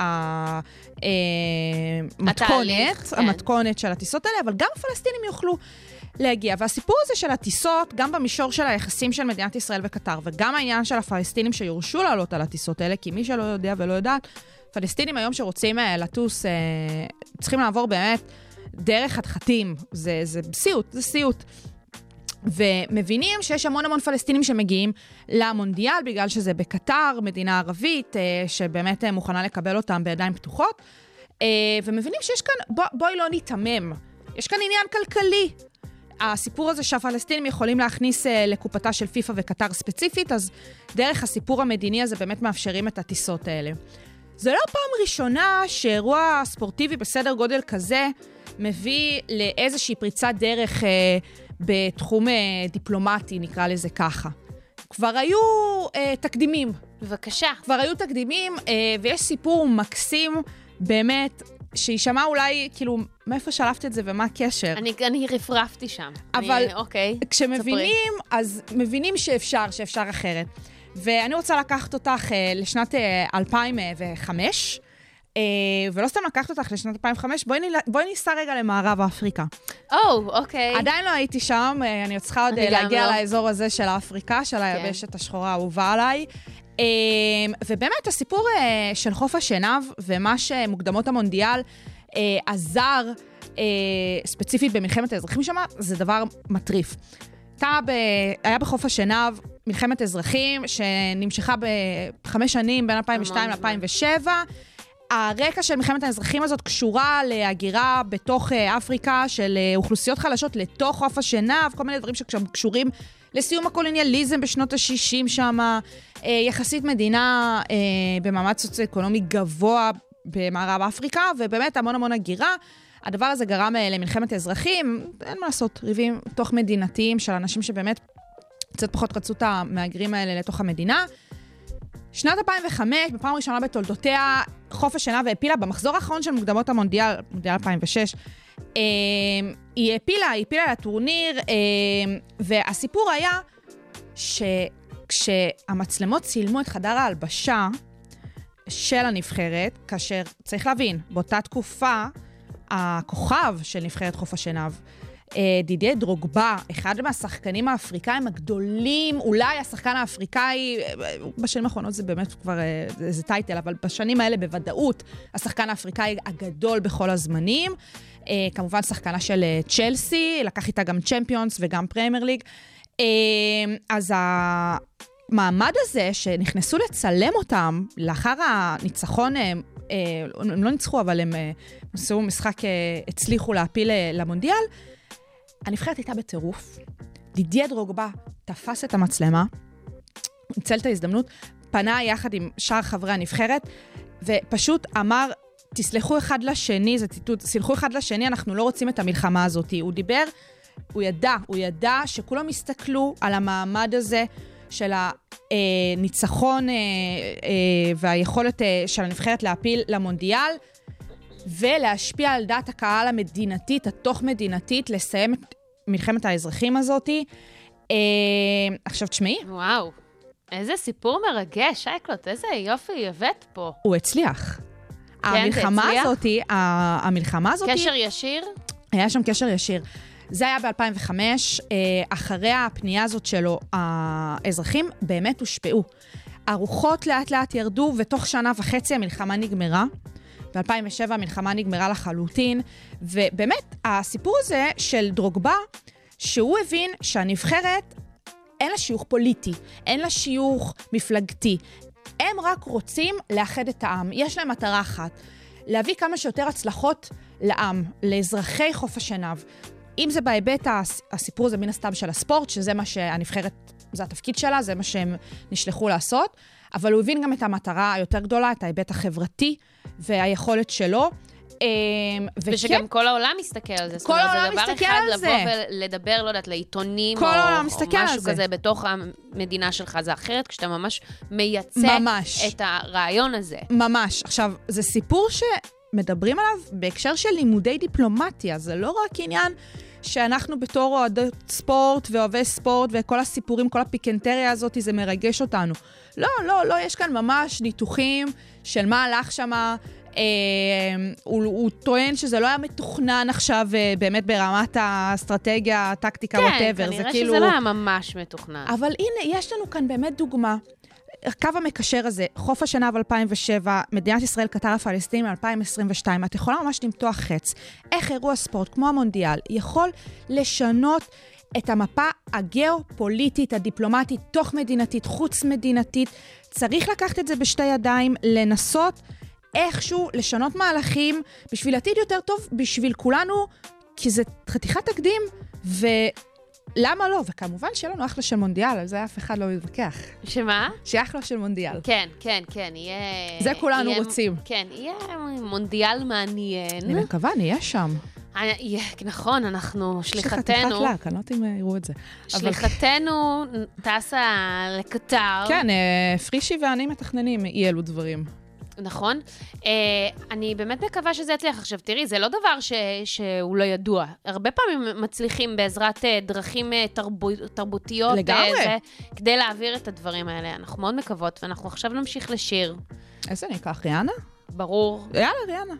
המתכונת של הטיסות האלה, אבל גם פלסטינים יוכלו להגיע. והסיפור הזה של הטיסות, גם במישור של היחסים של מדינת ישראל וקטר, וגם העניין של הפלסטינים שיורשו לעלות על הטיסות האלה, כי מי שלא יודע ולא יודעת, פלסטינים היום שרוצים לטוס, צריכים לעבור באמת דרך חתחתים, זה סיוט, זה סיוט. ומבינים שיש המון פלסטינים שמגיעים למונדיאל, בגלל שזה בקטר, מדינה ערבית, שבאמת מוכנה לקבל אותם בידיים פתוחות, ומבינים שיש כאן, בואי לא ניתמם, יש כאן עניין כלכלי. הסיפור הזה שהפלסטינים יכולים להכניס לקופתה של פיפה וקטר ספציפית, אז דרך הסיפור המדיני הזה באמת מאפשרים את הטיסות האלה. זה לא פעם ראשונה שאירוע ספורטיבי בסדר גודל כזה מביא לאיזושהי פריצת דרך בתחום דיפלומטי, נקרא לזה ככה. כבר היו תקדימים. בבקשה. כבר היו תקדימים, ויש סיפור מקסים באמת, שישמע אולי, כאילו, מאיפה שלפת את זה ומה הקשר? אני רפרפתי שם. אבל אוקיי, כשמבינים, אז מבינים שאפשר אחרת. ואני רוצה לקחת אותך לשנת 2005, ולא סתם לקחת אותך לשנת 2005, בואי ניסע רגע למערב אפריקה. אוקיי. עדיין לא הייתי שם, אני צריכה עוד להגיע לאזור הזה של אפריקה, של היבשת השחורה האהובה עליי. ובאמת הסיפור של חוף השנהב ומה שמוקדמות המונדיאל עזר ספציפית במלחמת האזרחים שם, זה דבר מטריף. היה בחוף השנהב מלחמת אזרחים שנמשכה ב5 שנים בין 2002 ל-2007. הרקע של מלחמת האזרחים הזאת קשורה להגירה בתוך אפריקה של אוכלוסיות חלשות לתוך חוף השנהב, כל מיני דברים שקשורים לסיום הקולוניאליזם בשנות ה-60 שם, יחסית מדינה במעמד סוציו-אקונומי גבוה במערב אפריקה, ובאמת המון הגירה. הדבר הזה גרם למלחמת האזרחים, אין מה לעשות, ריבים תוך מדינתיים של אנשים שבאמת קצת פחות רצו את המהגרים האלה לתוך המדינה. שנת 2005, בפעם ראשונה בתולדותיה, חוף השנהב העפילה במחזור האחרון של מוקדמות המונדיאל, מונדיאל 2006, היא העפילה לטורניר, והסיפור היה שכשהמצלמות צילמו את חדר ההלבשה של הנבחרת, כאשר צריך להבין, באותה תקופה, הכוכב של נבחרת חוף השנהב, דידיה דרוגבה, אחד מהשחקנים האפריקאים הגדולים, אולי השחקן האפריקאי, בשנים האחרונות זה באמת כבר איזה טייטל, אבל בשנים האלה בוודאות, השחקן האפריקאי הגדול בכל הזמנים, כמובן שחקנה של צ'לסי, לקח איתה גם צ'מפיונס וגם פריימר ליג, אז המעמד הזה שנכנסו לצלם אותם לאחר הניצחון, הם לא ניצחו, אבל הם עשו משחק, הצליחו להפיל למונדיאל, הנבחרת הייתה בטירוף, דידיה דרוגבה תפס את המצלמה, ניצל את ההזדמנות, פנה יחד עם שאר חברי הנבחרת, ופשוט אמר, תסלחו אחד לשני, זה ציטוט, סלחו אחד לשני, אנחנו לא רוצים את המלחמה הזאת. הוא דיבר, הוא ידע שכולם הסתכלו על המעמד הזה של הניצחון והיכולת של הנבחרת להפיל למונדיאל, ולהשפיע על דעת הקהל המדינתית, התוך מדינתית, לסיים את מלחמת האזרחים הזאת. עכשיו תשמעי. וואו, איזה סיפור מרגש, שייקלוט, איזה יופי הבאת פה. הוא הצליח. המלחמה הזאת... קשר ישיר? היה שם קשר ישיר. זה היה ב-2005, אחרי הפנייה הזאת שלו, האזרחים באמת הושפעו. הרוחות לאט לאט ירדו, ותוך שנה וחצי המלחמה נגמרה. ב-2007 המלחמה נגמרה לחלוטין, ובאמת הסיפור הזה של דרוגבה, שהוא הבין שהנבחרת אין לה שיוך פוליטי, אין לה שיוך מפלגתי, הם רק רוצים לאחד את העם, יש להם מטרה אחת, להביא כמה שיותר הצלחות לעם, לאזרחי חוף השנהב. אם זה בהיבט הסיפור הזה מן הסתם של הספורט, שזה מה שהנבחרת, זה התפקיד שלה, זה מה שהם נשלחו לעשות, אבל הוא הבין גם את המטרה היותר גדולה, את ההיבט החברתי והיכולת שלו. ושגם כל העולם מסתכל על זה. כל העולם מסתכל על זה. זה דבר אחד לבוא ולדבר, לא יודעת, לעיתונים או משהו כזה בתוך המדינה שלך. זה אחרת כשאתה ממש מייצא את הרעיון הזה. ממש. עכשיו, זה סיפור שמדברים עליו בהקשר של לימודי דיפלומטיה. זה לא רק עניין שאנחנו בתור אוהדות ספורט ואוהבי ספורט וכל הסיפורים, כל הפיקנטריה הזאת, זה מרגש אותנו. לא, יש כאן ממש ניתוחים של מה הלך שמה. הוא טוען שזה לא היה מתוכנן עכשיו באמת ברמת האסטרטגיה, הטקטיקה, whatever. כן, כנראה שזה לא היה ממש מתוכנן. אבל הנה, יש לנו כאן באמת דוגמה. קו המקשר הזה, חוף השנהב 2007, מדינת ישראל, קטר הפלסטינים 2022, את יכולה ממש למתוח חץ. איך אירוע ספורט כמו המונדיאל יכול לשנות את המפה הגיאופוליטית, הדיפלומטית, תוך מדינתית, חוץ מדינתית. צריך לקחת את זה בשתי ידיים, לנסות איכשהו לשנות מהלכים בשביל עתיד יותר טוב, בשביל כולנו כי זה חתיכת תקדים, ולמה לא? וכמובן שיהיה לנו אחלה של מונדיאל, על זה אף אחד לא יתווכח. שמה? שיהיה אחלה של מונדיאל. כן, כן, כן, יהיה... זה כולנו רוצים. כן, יהיה מונדיאל מעניין. אני מקווה, נהיה שם. נכון, אנחנו, שליחתנו... יש לך חתיכת לק, אני לא יודעת אם יראו את זה. שליחתנו טסה לקטר. כן, פרישי ואני מתכננים אי אלו דברים. נכון. אני באמת מקווה שזה יצליח. עכשיו, תראי, זה לא דבר שהוא לא ידוע. הרבה פעמים מצליחים בעזרת דרכים תרבותיות. לגמרי. כדי להעביר את הדברים האלה. אנחנו מאוד מקוות, ואנחנו עכשיו נמשיך לשיר. איזה ניקח, ריאנה? ברור. יאללה, ריאנה.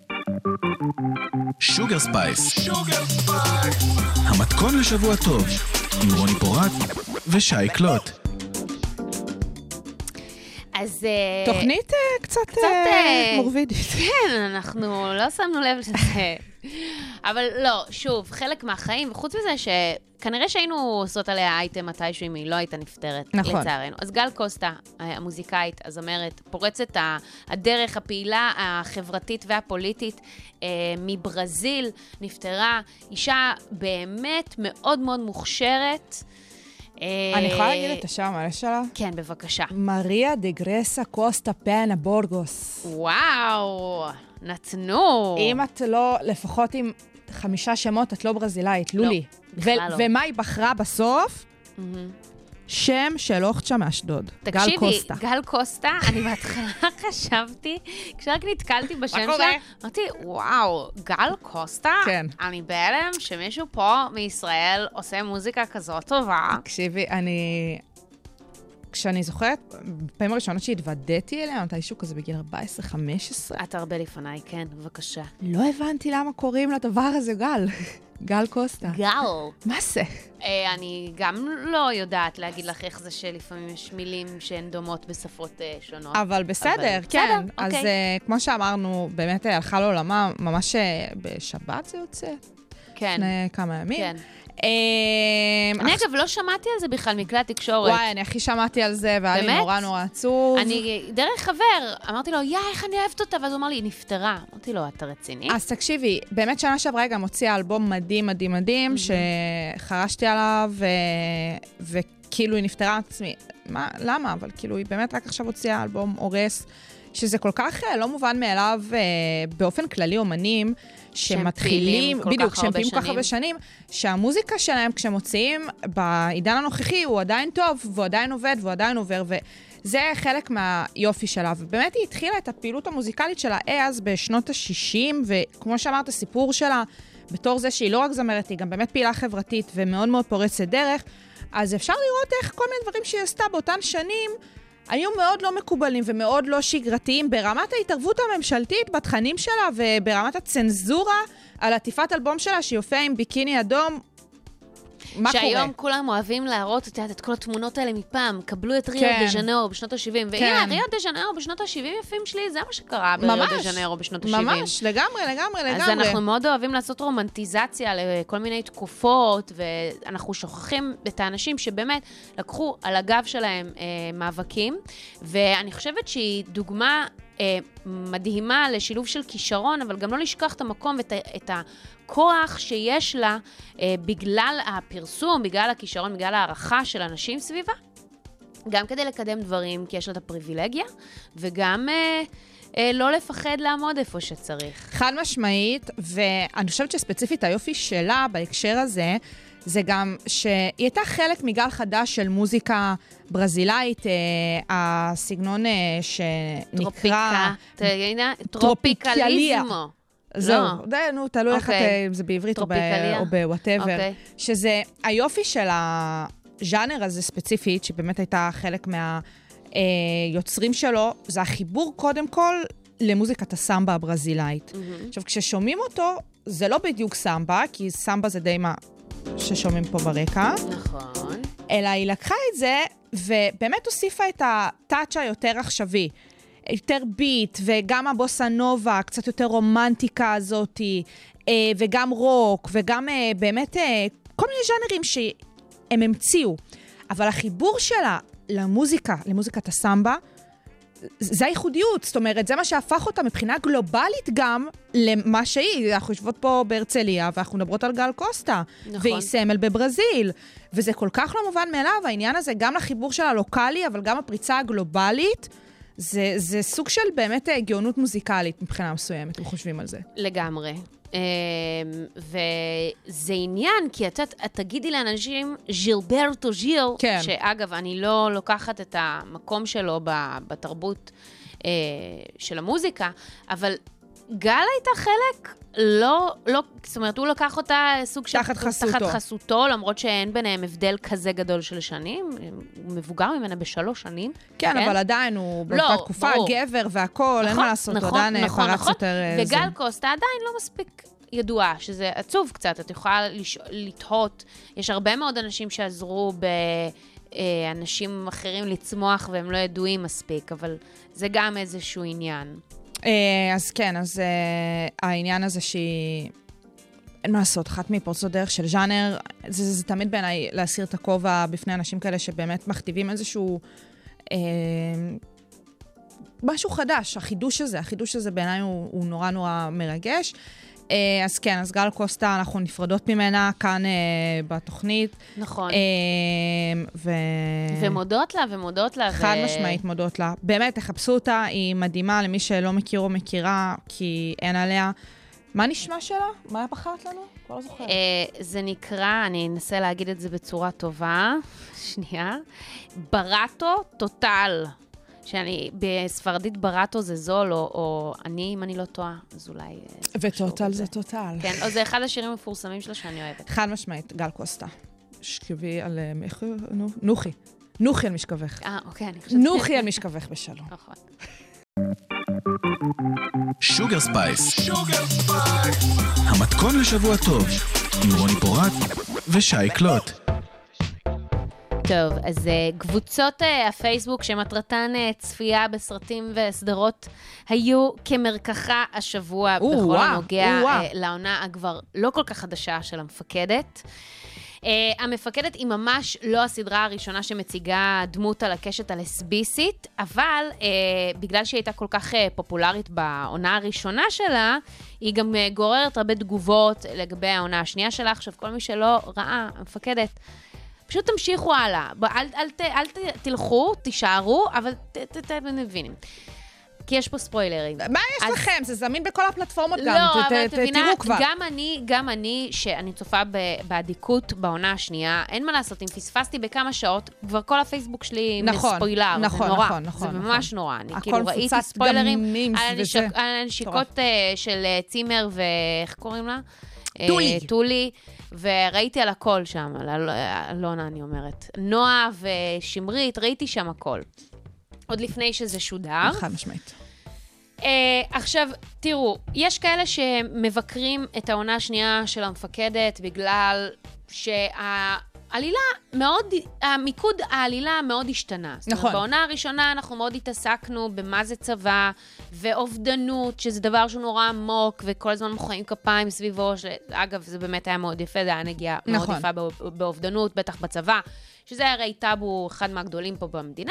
שוגר ספייס. המתכון לשבוע טוב. עם רוני פורט ושי קלוט. אז... תוכנית קצת מורבידית. כן, אנחנו לא שמנו לב לזה. אבל לא, שוב, חלק מהחיים, וחוץ מזה שכנראה שהיינו עושות עליה אייטם מתישהו אם היא לא הייתה נפטרת, נכון. לצערנו. אז גל קוסטה, המוזיקאית, הזמרת, פורצת הדרך הפעילה החברתית והפוליטית מברזיל, נפטרה, אישה באמת מאוד מאוד מוכשרת. אני יכולה להגיד את השם המלא שלה? כן, בבקשה. מריה דה גרסה קוסטה פנה בורגוס. וואו, נתנו. אם את לא, לפחות עם 5 שמות, את לא ברזילאית, לולי. בכלל לא. ומה היא בחרה בסוף? שם של אוכצ'ה מאשדוד. גל קוסטה. תקשיבי, גל קוסטה, אני בהתחלה חשבתי, כשרק נתקלתי בשם שלה, אמרתי, וואו, גל קוסטה? כן. אני בהלם שמישהו פה מישראל עושה מוזיקה כזאת טובה. תקשיבי, כשאני זוכרת, בפעמים הראשונות שהתוודעתי אליה, מתישהו כזה בגיל 14-15. את הרבה לפניי, כן, בבקשה. לא הבנתי למה קוראים לדבר הזה גל. גל קוסטה. גל. מה זה? אני גם לא יודעת להגיד לך איך זה שלפעמים יש מילים שהן דומות בשפות שונות. אבל בסדר, כן. אז כמו שאמרנו, באמת הלכה לעולמה, ממש בשבת זה יוצא. כן. לפני כמה ימים. כן. אני אגב לא שמעתי על זה בכלל מכלי התקשורת. וואי, אני הכי שמעתי על זה, והיה לי נורא נורא עצוב. אני דרך חבר, אמרתי לו, איך אני אוהבת אותה, ואז הוא אמר לי, היא נפטרה. אמרתי לו, אתה רציני? אז תקשיבי, באמת שנה שעברה גם הוציאה אלבום מדהים, מדהים, מדהים, שחרשתי עליו, וכאילו היא נפטרה עצמי. מה, למה? אבל כאילו היא באמת רק עכשיו הוציאה אלבום אורס, שזה כל כך לא מובן מאליו באופן כללי אומנים, שמתחילים, בדיוק, שהם פעילים כל כך הרבה שנים, שהמוזיקה שלהם כשמוציאים בעידן הנוכחי הוא עדיין טוב, והוא עדיין עובד, והוא עדיין עובר, וזה חלק מהיופי שלה. ובאמת היא התחילה את הפעילות המוזיקלית שלה אז בשנות ה-60, וכמו שאמרת, הסיפור שלה, בתור זה שהיא לא רק זמרת, היא גם באמת פעילה חברתית ומאוד מאוד פורצת דרך, אז אפשר לראות איך כל מיני דברים שהיא עשתה באותן שנים, היו מאוד לא מקובלים ומאוד לא שגרתיים ברמת ההתערבות הממשלתית בתכנים שלה וברמת הצנזורה על עטיפת אלבום שלה שיופיע עם ביקיני אדום. מה קורה? שהיום כולם אוהבים להראות את כל התמונות האלה מפעם, קבלו את ריו דה ז'נרו בשנות ה-70, והנה, ריו דה ז'נרו בשנות ה-70 יפים שלי, זה מה שקרה בריו דה ז'נרו בשנות ה-70. ממש, לגמרי. אז אנחנו מאוד אוהבים לעשות רומנטיזציה לכל מיני תקופות, ואנחנו שוכחים את האנשים שבאמת לקחו על הגב שלהם מאבקים, ואני חושבת שהיא דוגמה מדהימה לשילוב של כישרון, אבל גם לא לשכוח את המקום ואת הכוח שיש לה בגלל הפרסום, בגלל הכישרון, בגלל הערכה של אנשים סביבה, גם כדי לקדם דברים, כי יש לה את הפריבילגיה, וגם לא לפחד לעמוד איפה שצריך. חד משמעית, ואני חושבת שספציפית היופי שלה בהקשר הזה, זה גם שהיא הייתה חלק מגל חדש של מוזיקה ברזילאית, הסגנון שנקרא... טרופיקליזמו. זהו, נו, תלוי איך זה בעברית או בוואטאבר. שזה היופי של הז'אנר הזה ספציפית, שבאמת הייתה חלק מהיוצרים שלו, זה החיבור קודם כל למוזיקת הסמבה הברזילאית. עכשיו, כששומעים אותו, זה לא בדיוק סמבה, כי סמבה זה די מה ששומעים פה ברקע. נכון. אלא היא לקחה את זה, ובאמת הוסיפה את הטאצ' היותר עכשווי. יותר ביט, וגם הבוסה נובה, קצת יותר רומנטיקה הזאת, וגם רוק, וגם באמת כל מיני ז'אנרים שהם המציאו. אבל החיבור שלה למוזיקה, למוזיקת הסמבה, זה הייחודיות, זאת אומרת, זה מה שהפך אותה מבחינה גלובלית גם למה שהיא. אנחנו יושבות פה בהרצליה, ואנחנו מדברות על גל קוסטה, נכון. והיא סמל בברזיל, וזה כל כך לא מובן מאליו, העניין הזה, גם לחיבור של הלוקלי, אבל גם הפריצה הגלובלית, זה סוג של באמת גאונות מוזיקלית מבחינה מסוימת, אם חושבים על זה. לגמרי. וזה עניין, כי את תגידי לאנשים, ז'ילברטו ז'יל, כן. שאגב, אני לא לוקחת את המקום שלו בתרבות של המוזיקה, אבל גל הייתה חלק, זאת אומרת, הוא לקח אותה סוג של תחת חסותו, למרות שאין ביניהם הבדל כזה גדול של שנים, הוא מבוגר ממנה ב3 שנים. כן, אבל עדיין הוא באותה תקופה, גבר והכל, אין מה לעשות, הוא עדיין פרץ יותר... וגל קוסטה עדיין לא מספיק ידועה, שזה עצוב קצת, את יכולה לתהות, יש הרבה מאוד אנשים שעזרו באנשים אחרים לצמוח, והם לא ידועים מספיק, אבל זה גם איזשהו עניין. אז כן, אז העניין הזה שהיא, אין מה לעשות, אחת מפורצות דרך של ז'אנר, זה תמיד בעיניי להסיר את הכובע בפני אנשים כאלה שבאמת מכתיבים איזשהו משהו חדש, החידוש הזה בעיניי הוא נורא נורא מרגש. אז כן, אז גל קוסטה, אנחנו נפרדות ממנה כאן בתוכנית. נכון. ומודות לה. חד משמעית מודות לה. באמת, תחפשו אותה, היא מדהימה למי שלא מכיר או מכירה, כי אין עליה. מה נשמע שלה? מה בחרת לנו? כבר לא זוכרת. זה נקרא, אני אנסה להגיד את זה בצורה טובה. שנייה. ברטו טוטל. שאני, בספרדית ברטו זה זול, או אני, אם אני לא טועה, אז אולי... וטוטל זה טוטל. כן, או זה אחד השירים המפורסמים שלה שאני אוהבת. חד משמעית, גל קוסטה. שכבי על... נוחי. נוחי על משכבך. אוקיי, אני חושבת... נוחי על משכבך בשלום. נכון. שוגר ספייס. המתכון לשבוע טוב, עם רוני פורט ושי קלוט. טוב, אז קבוצות הפייסבוק שמטרתן צפייה בסרטים וסדרות היו כמרקחה השבוע בכל הנוגע לעונה הכבר לא כל כך חדשה של המפקדת. המפקדת היא ממש לא הסדרה הראשונה שמציגה דמות על הקשת הלסביסית, אבל בגלל שהיא הייתה כל כך פופולרית בעונה הראשונה שלה, היא גם גוררת הרבה תגובות לגבי העונה השנייה שלה. עכשיו, כל מי שלא ראה, המפקדת, פשוט תמשיכו הלאה. אל תלכו, תישארו, אבל נבינים. כי יש פה ספוילרים. מה יש לכם? זה זמין בכל הפלטפורמות גם. לא, אבל תבינה, גם אני, שאני צופה בעדיקות בעונה השנייה, אין מה לעשות, אם פספסתי בכמה שעות, כבר כל הפייסבוק שלי מספוילר. נכון, זה נורא. נכון. זה ממש נורא. אני כאילו ראיתי ספוילרים על הנשיקות של צימר ואיך קוראים לה? טולי. וראיתי על הכל שם, על אלונה אני אומרת. נועה ושמרית, ראיתי שם הכל. עוד לפני שזה שודר. חד משמעית. עכשיו, תראו, יש כאלה שמבקרים את העונה השנייה של המפקדת, בגלל העלילה מאוד, המיקוד העלילה מאוד השתנה. נכון. בעונה הראשונה אנחנו מאוד התעסקנו במה זה צבא, ואובדנות, שזה דבר שהוא נורא עמוק, וכל הזמן מוחאים כפיים סביבו, אגב, זה באמת היה מאוד יפה, זה היה נגיעה מאוד יפה באובדנות, בטח בצבא, שזה הרי טאבו אחד מהגדולים פה במדינה,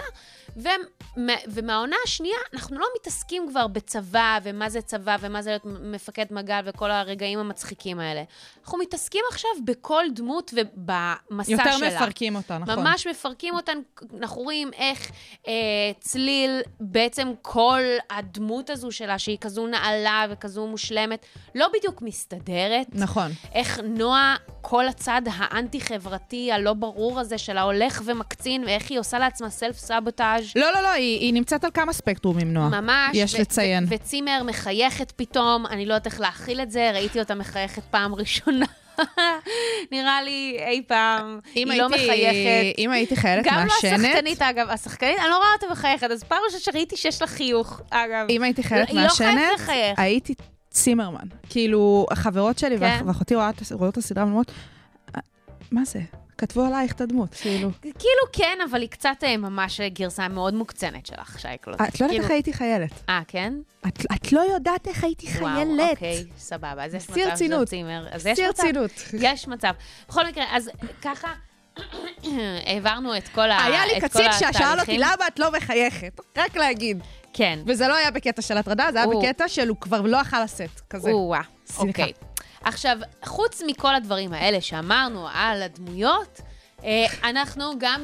ומהעונה השנייה, אנחנו לא מתעסקים כבר בצבא, ומה זה צבא, ומה זה להיות מפקד מגל, וכל הרגעים המצחיקים האלה. אנחנו מתעסקים עכשיו בכל דמות ובמסע שלה. יותר מפרקים אותה, נכון. ממש מפרקים אותן, אנחנו רואים איך צליל, בעצם כל הדמות הזו שלה, שהיא כזו נעלה וכזו מושלמת, לא בדיוק מסתדרת. נכון. איך נועה, כל הצד האנטי-חברתי, הלא ברור הזה שלה, הולך ומקצין, ואיך היא עושה לעצמה סלף-סאבוטאז'. לא, היא נמצאת על כמה ספקטרומים, נועה. ממש. יש לציין. וצימר מחייכת פתאום, אני לא יודעת איך להכיל את זה, ראיתי אותה מחייכת פעם ראשונה. נראה לי אי פעם, היא לא מחייכת. אם הייתי חיילת גם מהשנת... גם לא השחקנית, אגב, השחקנית, אני לא רואה אותה מחייכת, אז פעם ראשונה שראיתי שיש לה חיוך, אגב. אם הייתי חיילת מהשנת, הייתי צימרמן. כאילו, החברות שלי ואחותי רואות את הסדרה ואומרות, מה זה? כתבו עלייך את הדמות, כאילו. כאילו כן, אבל היא קצת ממש גרסה מאוד מוקצנת שלך, שייקלוט. את לא יודעת איך הייתי חיילת. כן? את לא יודעת איך הייתי חיילת. וואו, אוקיי, סבבה. אז יש מצב סיר צינות. יש מצב. יש מצב. יש מצב. בכל מקרה, אז ככה, העברנו את כל התהליכים. היה לי קצין ששאל אותי למה את לא מחייכת, רק להגיד. כן. וזה לא היה בקטע של הטרדה, זה היה בקטע של הוא כבר לא אכל לשאת, כזה. אוקיי. עכשיו, חוץ מכל הדברים האלה שאמרנו על הדמויות, אנחנו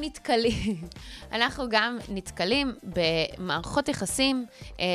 גם נתקלים במערכות יחסים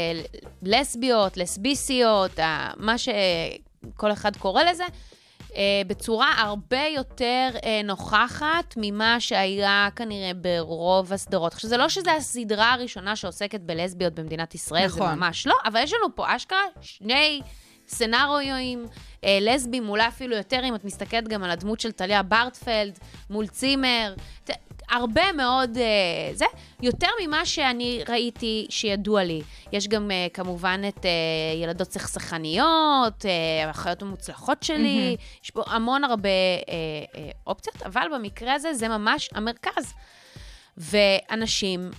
לסביות, לסביסיות, מה שכל אחד קורא לזה, בצורה הרבה יותר נוכחת ממה שהיה כנראה ברוב הסדרות. עכשיו, זה לא שזו הסדרה הראשונה שעוסקת בלסביות במדינת ישראל, נכון. זה ממש לא, אבל יש לנו פה אשכרה שני סנריואים, לסבים, אולי אפילו יותר, אם את מסתכלת גם על הדמות של טליה ברטפלד, מול צימר, הרבה מאוד זה, יותר ממה שאני ראיתי שידוע לי. יש גם כמובן את ילדות סכסכניות, החיות המוצלחות שלי, יש פה המון הרבה אופציות, אבל במקרה הזה זה ממש המרכז. ואנשים,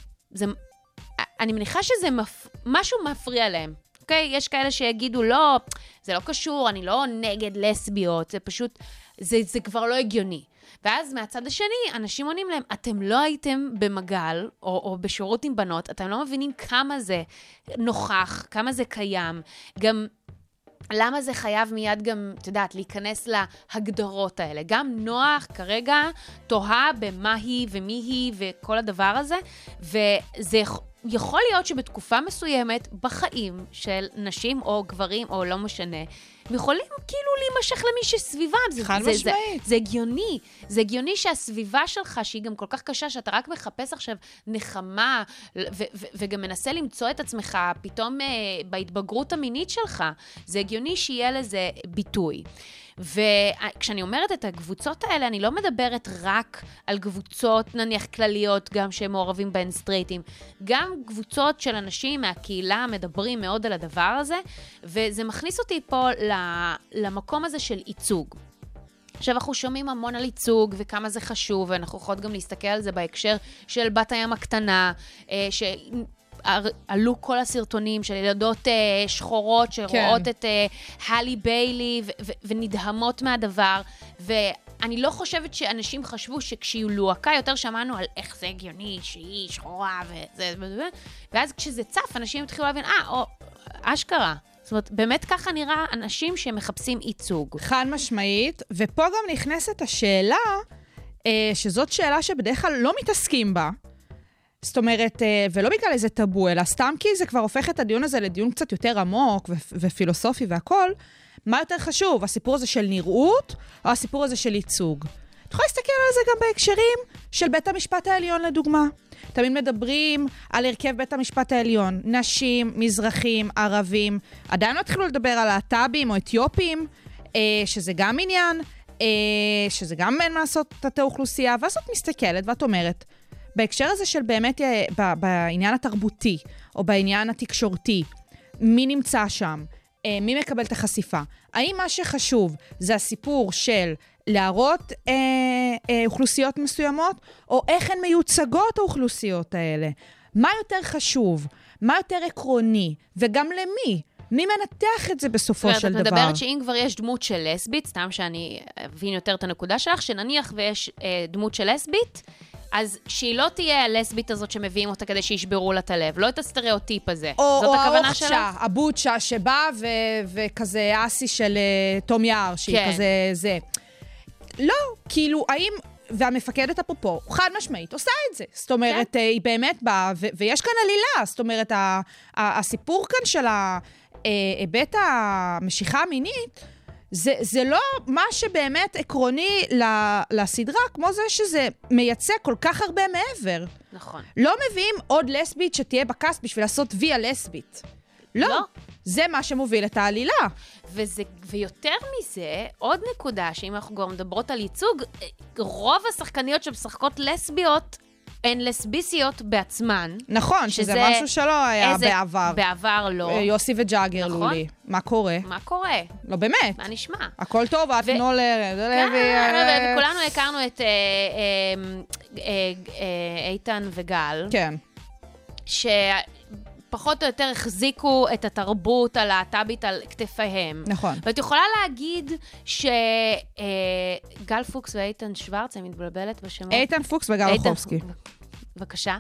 אני מניחה שזה משהו מפריע להם. אוקיי? יש כאלה שיגידו, לא, זה לא קשור, אני לא נגד לסביות, זה פשוט, זה כבר לא הגיוני. ואז מהצד השני, אנשים עונים להם, אתם לא הייתם במגל, או בשירות עם בנות, אתם לא מבינים כמה זה נוכח, כמה זה קיים, גם למה זה חייב מיד גם, את יודעת, להיכנס להגדרות האלה. גם נוח כרגע תוהה במה היא ומי היא וכל הדבר הזה, וזה יכול להיות שבתקופה מסוימת בחיים של נשים או גברים או לא משנה, יכולים כאילו להימשך למי שסביבם. חד משמעית. זה הגיוני. זה הגיוני שהסביבה שלך, שהיא גם כל כך קשה, שאתה רק מחפש עכשיו נחמה, וגם מנסה למצוא את עצמך פתאום בהתבגרות המינית שלך. זה הגיוני שיהיה לזה ביטוי. וכשאני אומרת את הקבוצות האלה, אני לא מדברת רק על קבוצות, נניח כלליות, גם שהם מעורבים בהן סטרייטים. גם קבוצות של אנשים מהקהילה מדברים מאוד על הדבר הזה, וזה מכניס אותי פה למקום הזה של ייצוג. עכשיו, אנחנו שומעים המון על ייצוג וכמה זה חשוב, ואנחנו יכולות גם להסתכל על זה בהקשר של בת הים הקטנה, עלו כל הסרטונים של ילדות שחורות שרואות כן. את הלי ביילי ונדהמות מהדבר, ואני לא חושבת שאנשים חשבו שכשהיא לועקה יותר שמענו על איך זה הגיוני שהיא שחורה ואז כשזה צף אנשים התחילו להבין, אשכרה. זאת אומרת, באמת ככה נראה אנשים שמחפשים ייצוג. חד משמעית, ופה גם נכנסת השאלה, שזאת שאלה שבדרך כלל לא מתעסקים בה, זאת אומרת, ולא בגלל איזה טאבו, אלא סתם כי זה כבר הופך את הדיון הזה לדיון קצת יותר עמוק ופילוסופי והכל, מה יותר חשוב, הסיפור הזה של נראות, או הסיפור הזה של ייצוג? את יכולה להסתכל על זה גם בהקשרים של בית המשפט העליון, לדוגמה. תמיד מדברים על הרכב בית המשפט העליון, נשים, מזרחים, ערבים, עדיין לא התחילו לדבר על להט"בים או אתיופים, שזה גם עניין, שזה גם אין מה לעשות תתי אוכלוסייה, ואז את מסתכלת ואת אומרת, בהקשר הזה של באמת בעניין התרבותי, או בעניין התקשורתי, מי נמצא שם, מי מקבל את החשיפה? האם מה שחשוב זה הסיפור של להראות אוכלוסיות מסוימות, או איך הן מיוצגות האוכלוסיות האלה? מה יותר חשוב? מה יותר עקרוני? וגם למי? מי מנתח את זה בסופו של דבר? את מדברת שאם כבר יש דמות של לסבית, סתם שאני אבין יותר את הנקודה שלך, שנניח ויש דמות של לסבית, אז שהיא לא תהיה הלסבית הזאת שמביאים אותה כדי שישברו לה את הלב, לא את הסטריאוטיפ הזה. או האוכשה, הבוצ'ה שבא וכזה אסי של תום יער, שהיא כזה זה. לא, כאילו, האם, והמפקדת אפרופו, חד משמעית, עושה את זה. זאת אומרת, היא באמת באה, ויש כאן עלילה, זאת אומרת, הסיפור כאן של היבט המשיכה המינית, זה לא מה שבאמת עקרוני לסדרה, כמו זה שזה מייצא כל כך הרבה מעבר. נכון. לא מביאים עוד לסבית שתהיה בקאסט בשביל לעשות ויה לסבית. לא. זה מה שמוביל את העלילה. ויותר מזה, עוד נקודה, שאם אנחנו כבר מדברות על ייצוג, רוב השחקניות שמשחקות לסביות, הן לסביסיות בעצמן. נכון, שזה משהו שלא היה בעבר. בעבר לא. יוסי וג'אגר, נכון? לולי. מה קורה? מה קורה? לא באמת. מה נשמע? הכל טוב, את נולר, וכולנו הכרנו את איתן וגל. כן. פחות או יותר החזיקו את התרבות הלהט"בית על כתפיהם. נכון. ואת יכולה להגיד גל פוקס ואיתן שוורץ, אני מתבלבלת בשמות. איתן פוקס וגל רחובסקי. בבקשה.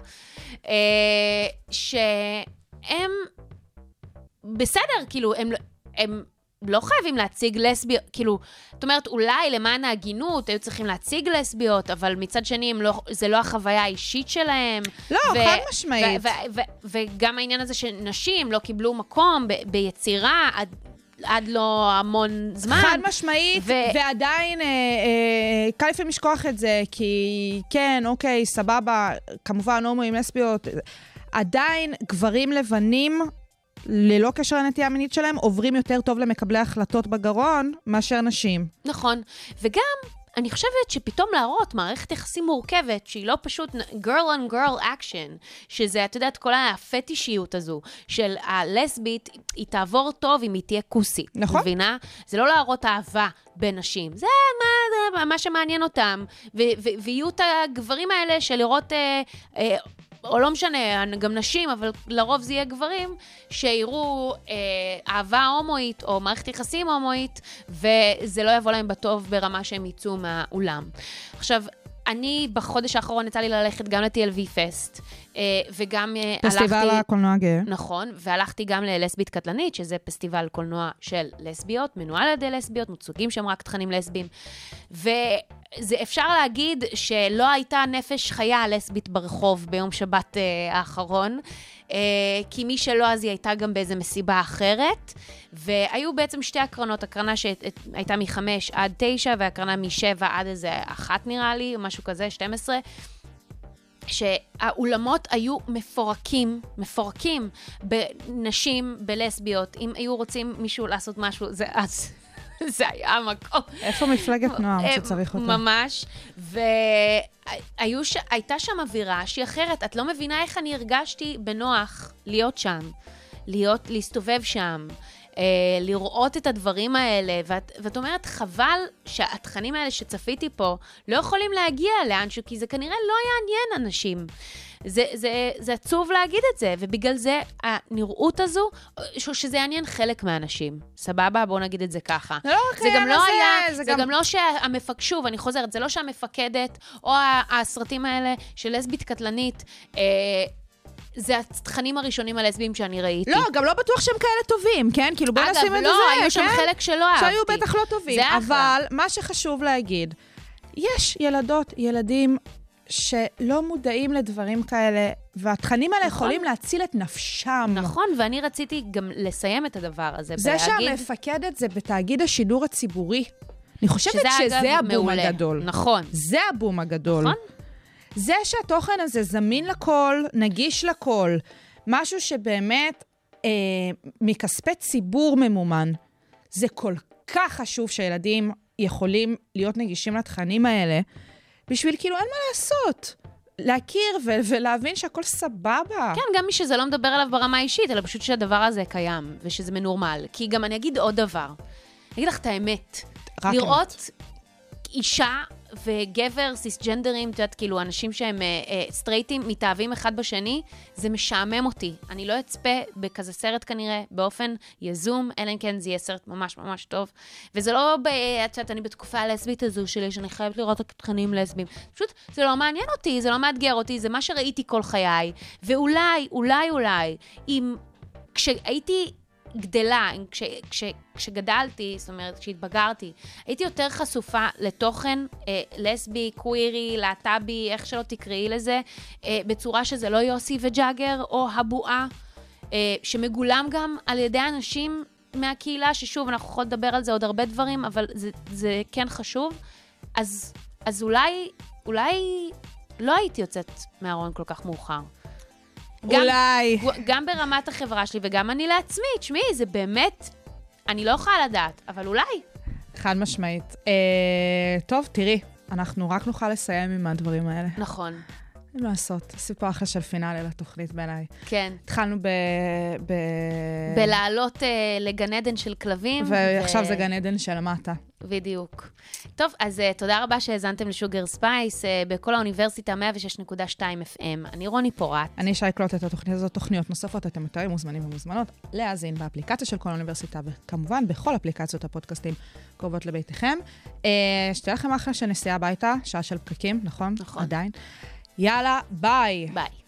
שהם בסדר, כאילו, הם לא חייבים להציג לסביות, כאילו, זאת אומרת, אולי למען ההגינות היו צריכים להציג לסביות, אבל מצד שני, זה לא החוויה האישית שלהם. לא, חד משמעית. וגם העניין הזה שנשים לא קיבלו מקום ביצירה עד לא המון זמן. חד משמעית, ועדיין קל לפעמים לשכוח את זה, כי כן, אוקיי, סבבה, כמובן הומואים, לסביות, עדיין גברים לבנים, ללא קשר לנטייה המינית שלהם, עוברים יותר טוב למקבלי החלטות בגרון, מאשר נשים. נכון. וגם, אני חושבת שפתאום להראות מערכת יחסים מורכבת, שהיא לא פשוט girl on girl action, שזה, את יודעת, כל הפטישיות הזו, של הלסבית, היא תעבור טוב אם היא תהיה כוסית. נכון. מבינה? זה לא להראות אהבה בין נשים. זה מה שמעניין אותם. ויהיו את הגברים האלה של לראות או לא משנה, גם נשים, אבל לרוב זה יהיה גברים, שיראו אהבה הומואית או מערכת יחסים הומואית, וזה לא יבוא להם בטוב ברמה שהם יצאו מהאולם. עכשיו, אני בחודש האחרון יצא לי ללכת גם ל-TLV פסט, וגם פסטיבל הקולנוע גאה. נכון, והלכתי גם ללסבית קטלנית, שזה פסטיבל קולנוע של לסביות, מנוהל על ידי לסביות, מוצגים שם רק תכנים לסביים, וזה אפשר להגיד שלא הייתה נפש חיה לסבית ברחוב ביום שבת האחרון, כי מי שלא אז היא הייתה גם באיזו מסיבה אחרת, והיו בעצם שתי הקרנות, הקרנה שהייתה מ-5 עד 9, והקרנה מ-7 עד איזה 1 נראה לי, או משהו כזה, 12, שהאולמות היו מפורקים בנשים, בלסביות. אם היו רוצים מישהו לעשות משהו, זה היה המקום. איפה מפלגת נוער שצריך אותה? ממש. והייתה שם אווירה שהיא אחרת. את לא מבינה איך אני הרגשתי בנוח להיות שם, להסתובב שם, לראות את הדברים האלה, ואת אומרת, חבל שהתכנים האלה שצפיתי פה לא יכולים להגיע לאנשהו, כי זה כנראה לא יעניין אנשים. זה עצוב להגיד את זה, ובגלל זה הנראות הזו, שזה יעניין חלק מהאנשים. סבבה? בואו נגיד את זה ככה. זה גם לא היה, זה גם לא שוב, אני חוזרת, זה לא שהמפקדת, או הסרטים האלה של לסבית קטלנית, זה התכנים הראשונים הלסביים שאני ראיתי. לא, גם לא בטוח שהם כאלה טובים, כן? כאילו בוא נשים את זה, אגב, לא, היו שם חלק שלא אהבתי. שהיו בטח לא טובים. אבל מה שחשוב להגיד, יש ילדות, ילדים שלא מודעים לדברים כאלה, והתכנים האלה יכולים להציל את נפשם. נכון, ואני רציתי גם לסיים את הדבר הזה. זה שהמפקדת זה בתאגיד השידור הציבורי. אני חושבת שזה הבום הגדול. נכון. זה הבום הגדול. נכון. זה שהתוכן הזה זמין לכל, נגיש לכל, משהו שבאמת מכספי ציבור ממומן, זה כל כך חשוב שילדים יכולים להיות נגישים לתכנים האלה, בשביל כאילו אין מה לעשות. להכיר ולהבין שהכל סבבה. כן, גם מי שזה לא מדבר עליו ברמה האישית, אלא פשוט שהדבר הזה קיים, ושזה מנורמל. כי גם אני אגיד עוד דבר. אני אגיד לך את האמת. לראות אישה וגבר, סיסג'נדרים, את יודעת, כאילו, אנשים שהם סטרייטים, מתאהבים אחד בשני, זה משעמם אותי. אני לא אצפה בכזה סרט כנראה, באופן יזום, אלא אם כן זה יהיה סרט ממש ממש טוב. וזה לא, את יודעת, אני בתקופה הלסבית הזו שלי, שאני חייבת לראות את התכנים לסביים. פשוט, זה לא מעניין אותי, זה לא מאתגר אותי, זה מה שראיתי כל חיי. ואולי, אם כשהייתי גדלה, כשגדלתי, זאת אומרת, כשהתבגרתי, הייתי יותר חשופה לתוכן לסבי, קווירי, להט"בי, איך שלא תקראי לזה, בצורה שזה לא יוסי וג'אגר או הבועה, שמגולם גם על ידי אנשים מהקהילה, ששוב, אנחנו יכולים לדבר על זה עוד הרבה דברים, אבל זה כן חשוב. אז אולי לא הייתי יוצאת מהארון כל כך מאוחר. אולי. גם ברמת החברה שלי, וגם אני לעצמי, תשמעי, זה באמת, אני לא יכולה לדעת, אבל אולי. חד משמעית. טוב, תראי, אנחנו רק נוכל לסיים עם הדברים האלה. נכון. אין מה לעשות, סיפור אחרי של פינאלי לתוכנית בעיניי. כן. התחלנו בלעלות לגן עדן של כלבים. ועכשיו זה גן עדן של מטה. בדיוק. טוב, אז תודה רבה שהזנתם לשוגר ספייס, בכל האוניברסיטה 106.2 FM. אני רוני פורט. אני שי קלוט. את התוכנית הזאת, תוכניות נוספות, אתם יותר מוזמנים ומוזמנות להאזין באפליקציה של כל האוניברסיטה, וכמובן בכל אפליקציות הפודקאסטים קרובות לביתכם. שתהיה לכם אחלה שנסיעה הביתה, שעה של פקקים, נכון? נכון. עדיין. יאללה, ביי. ביי.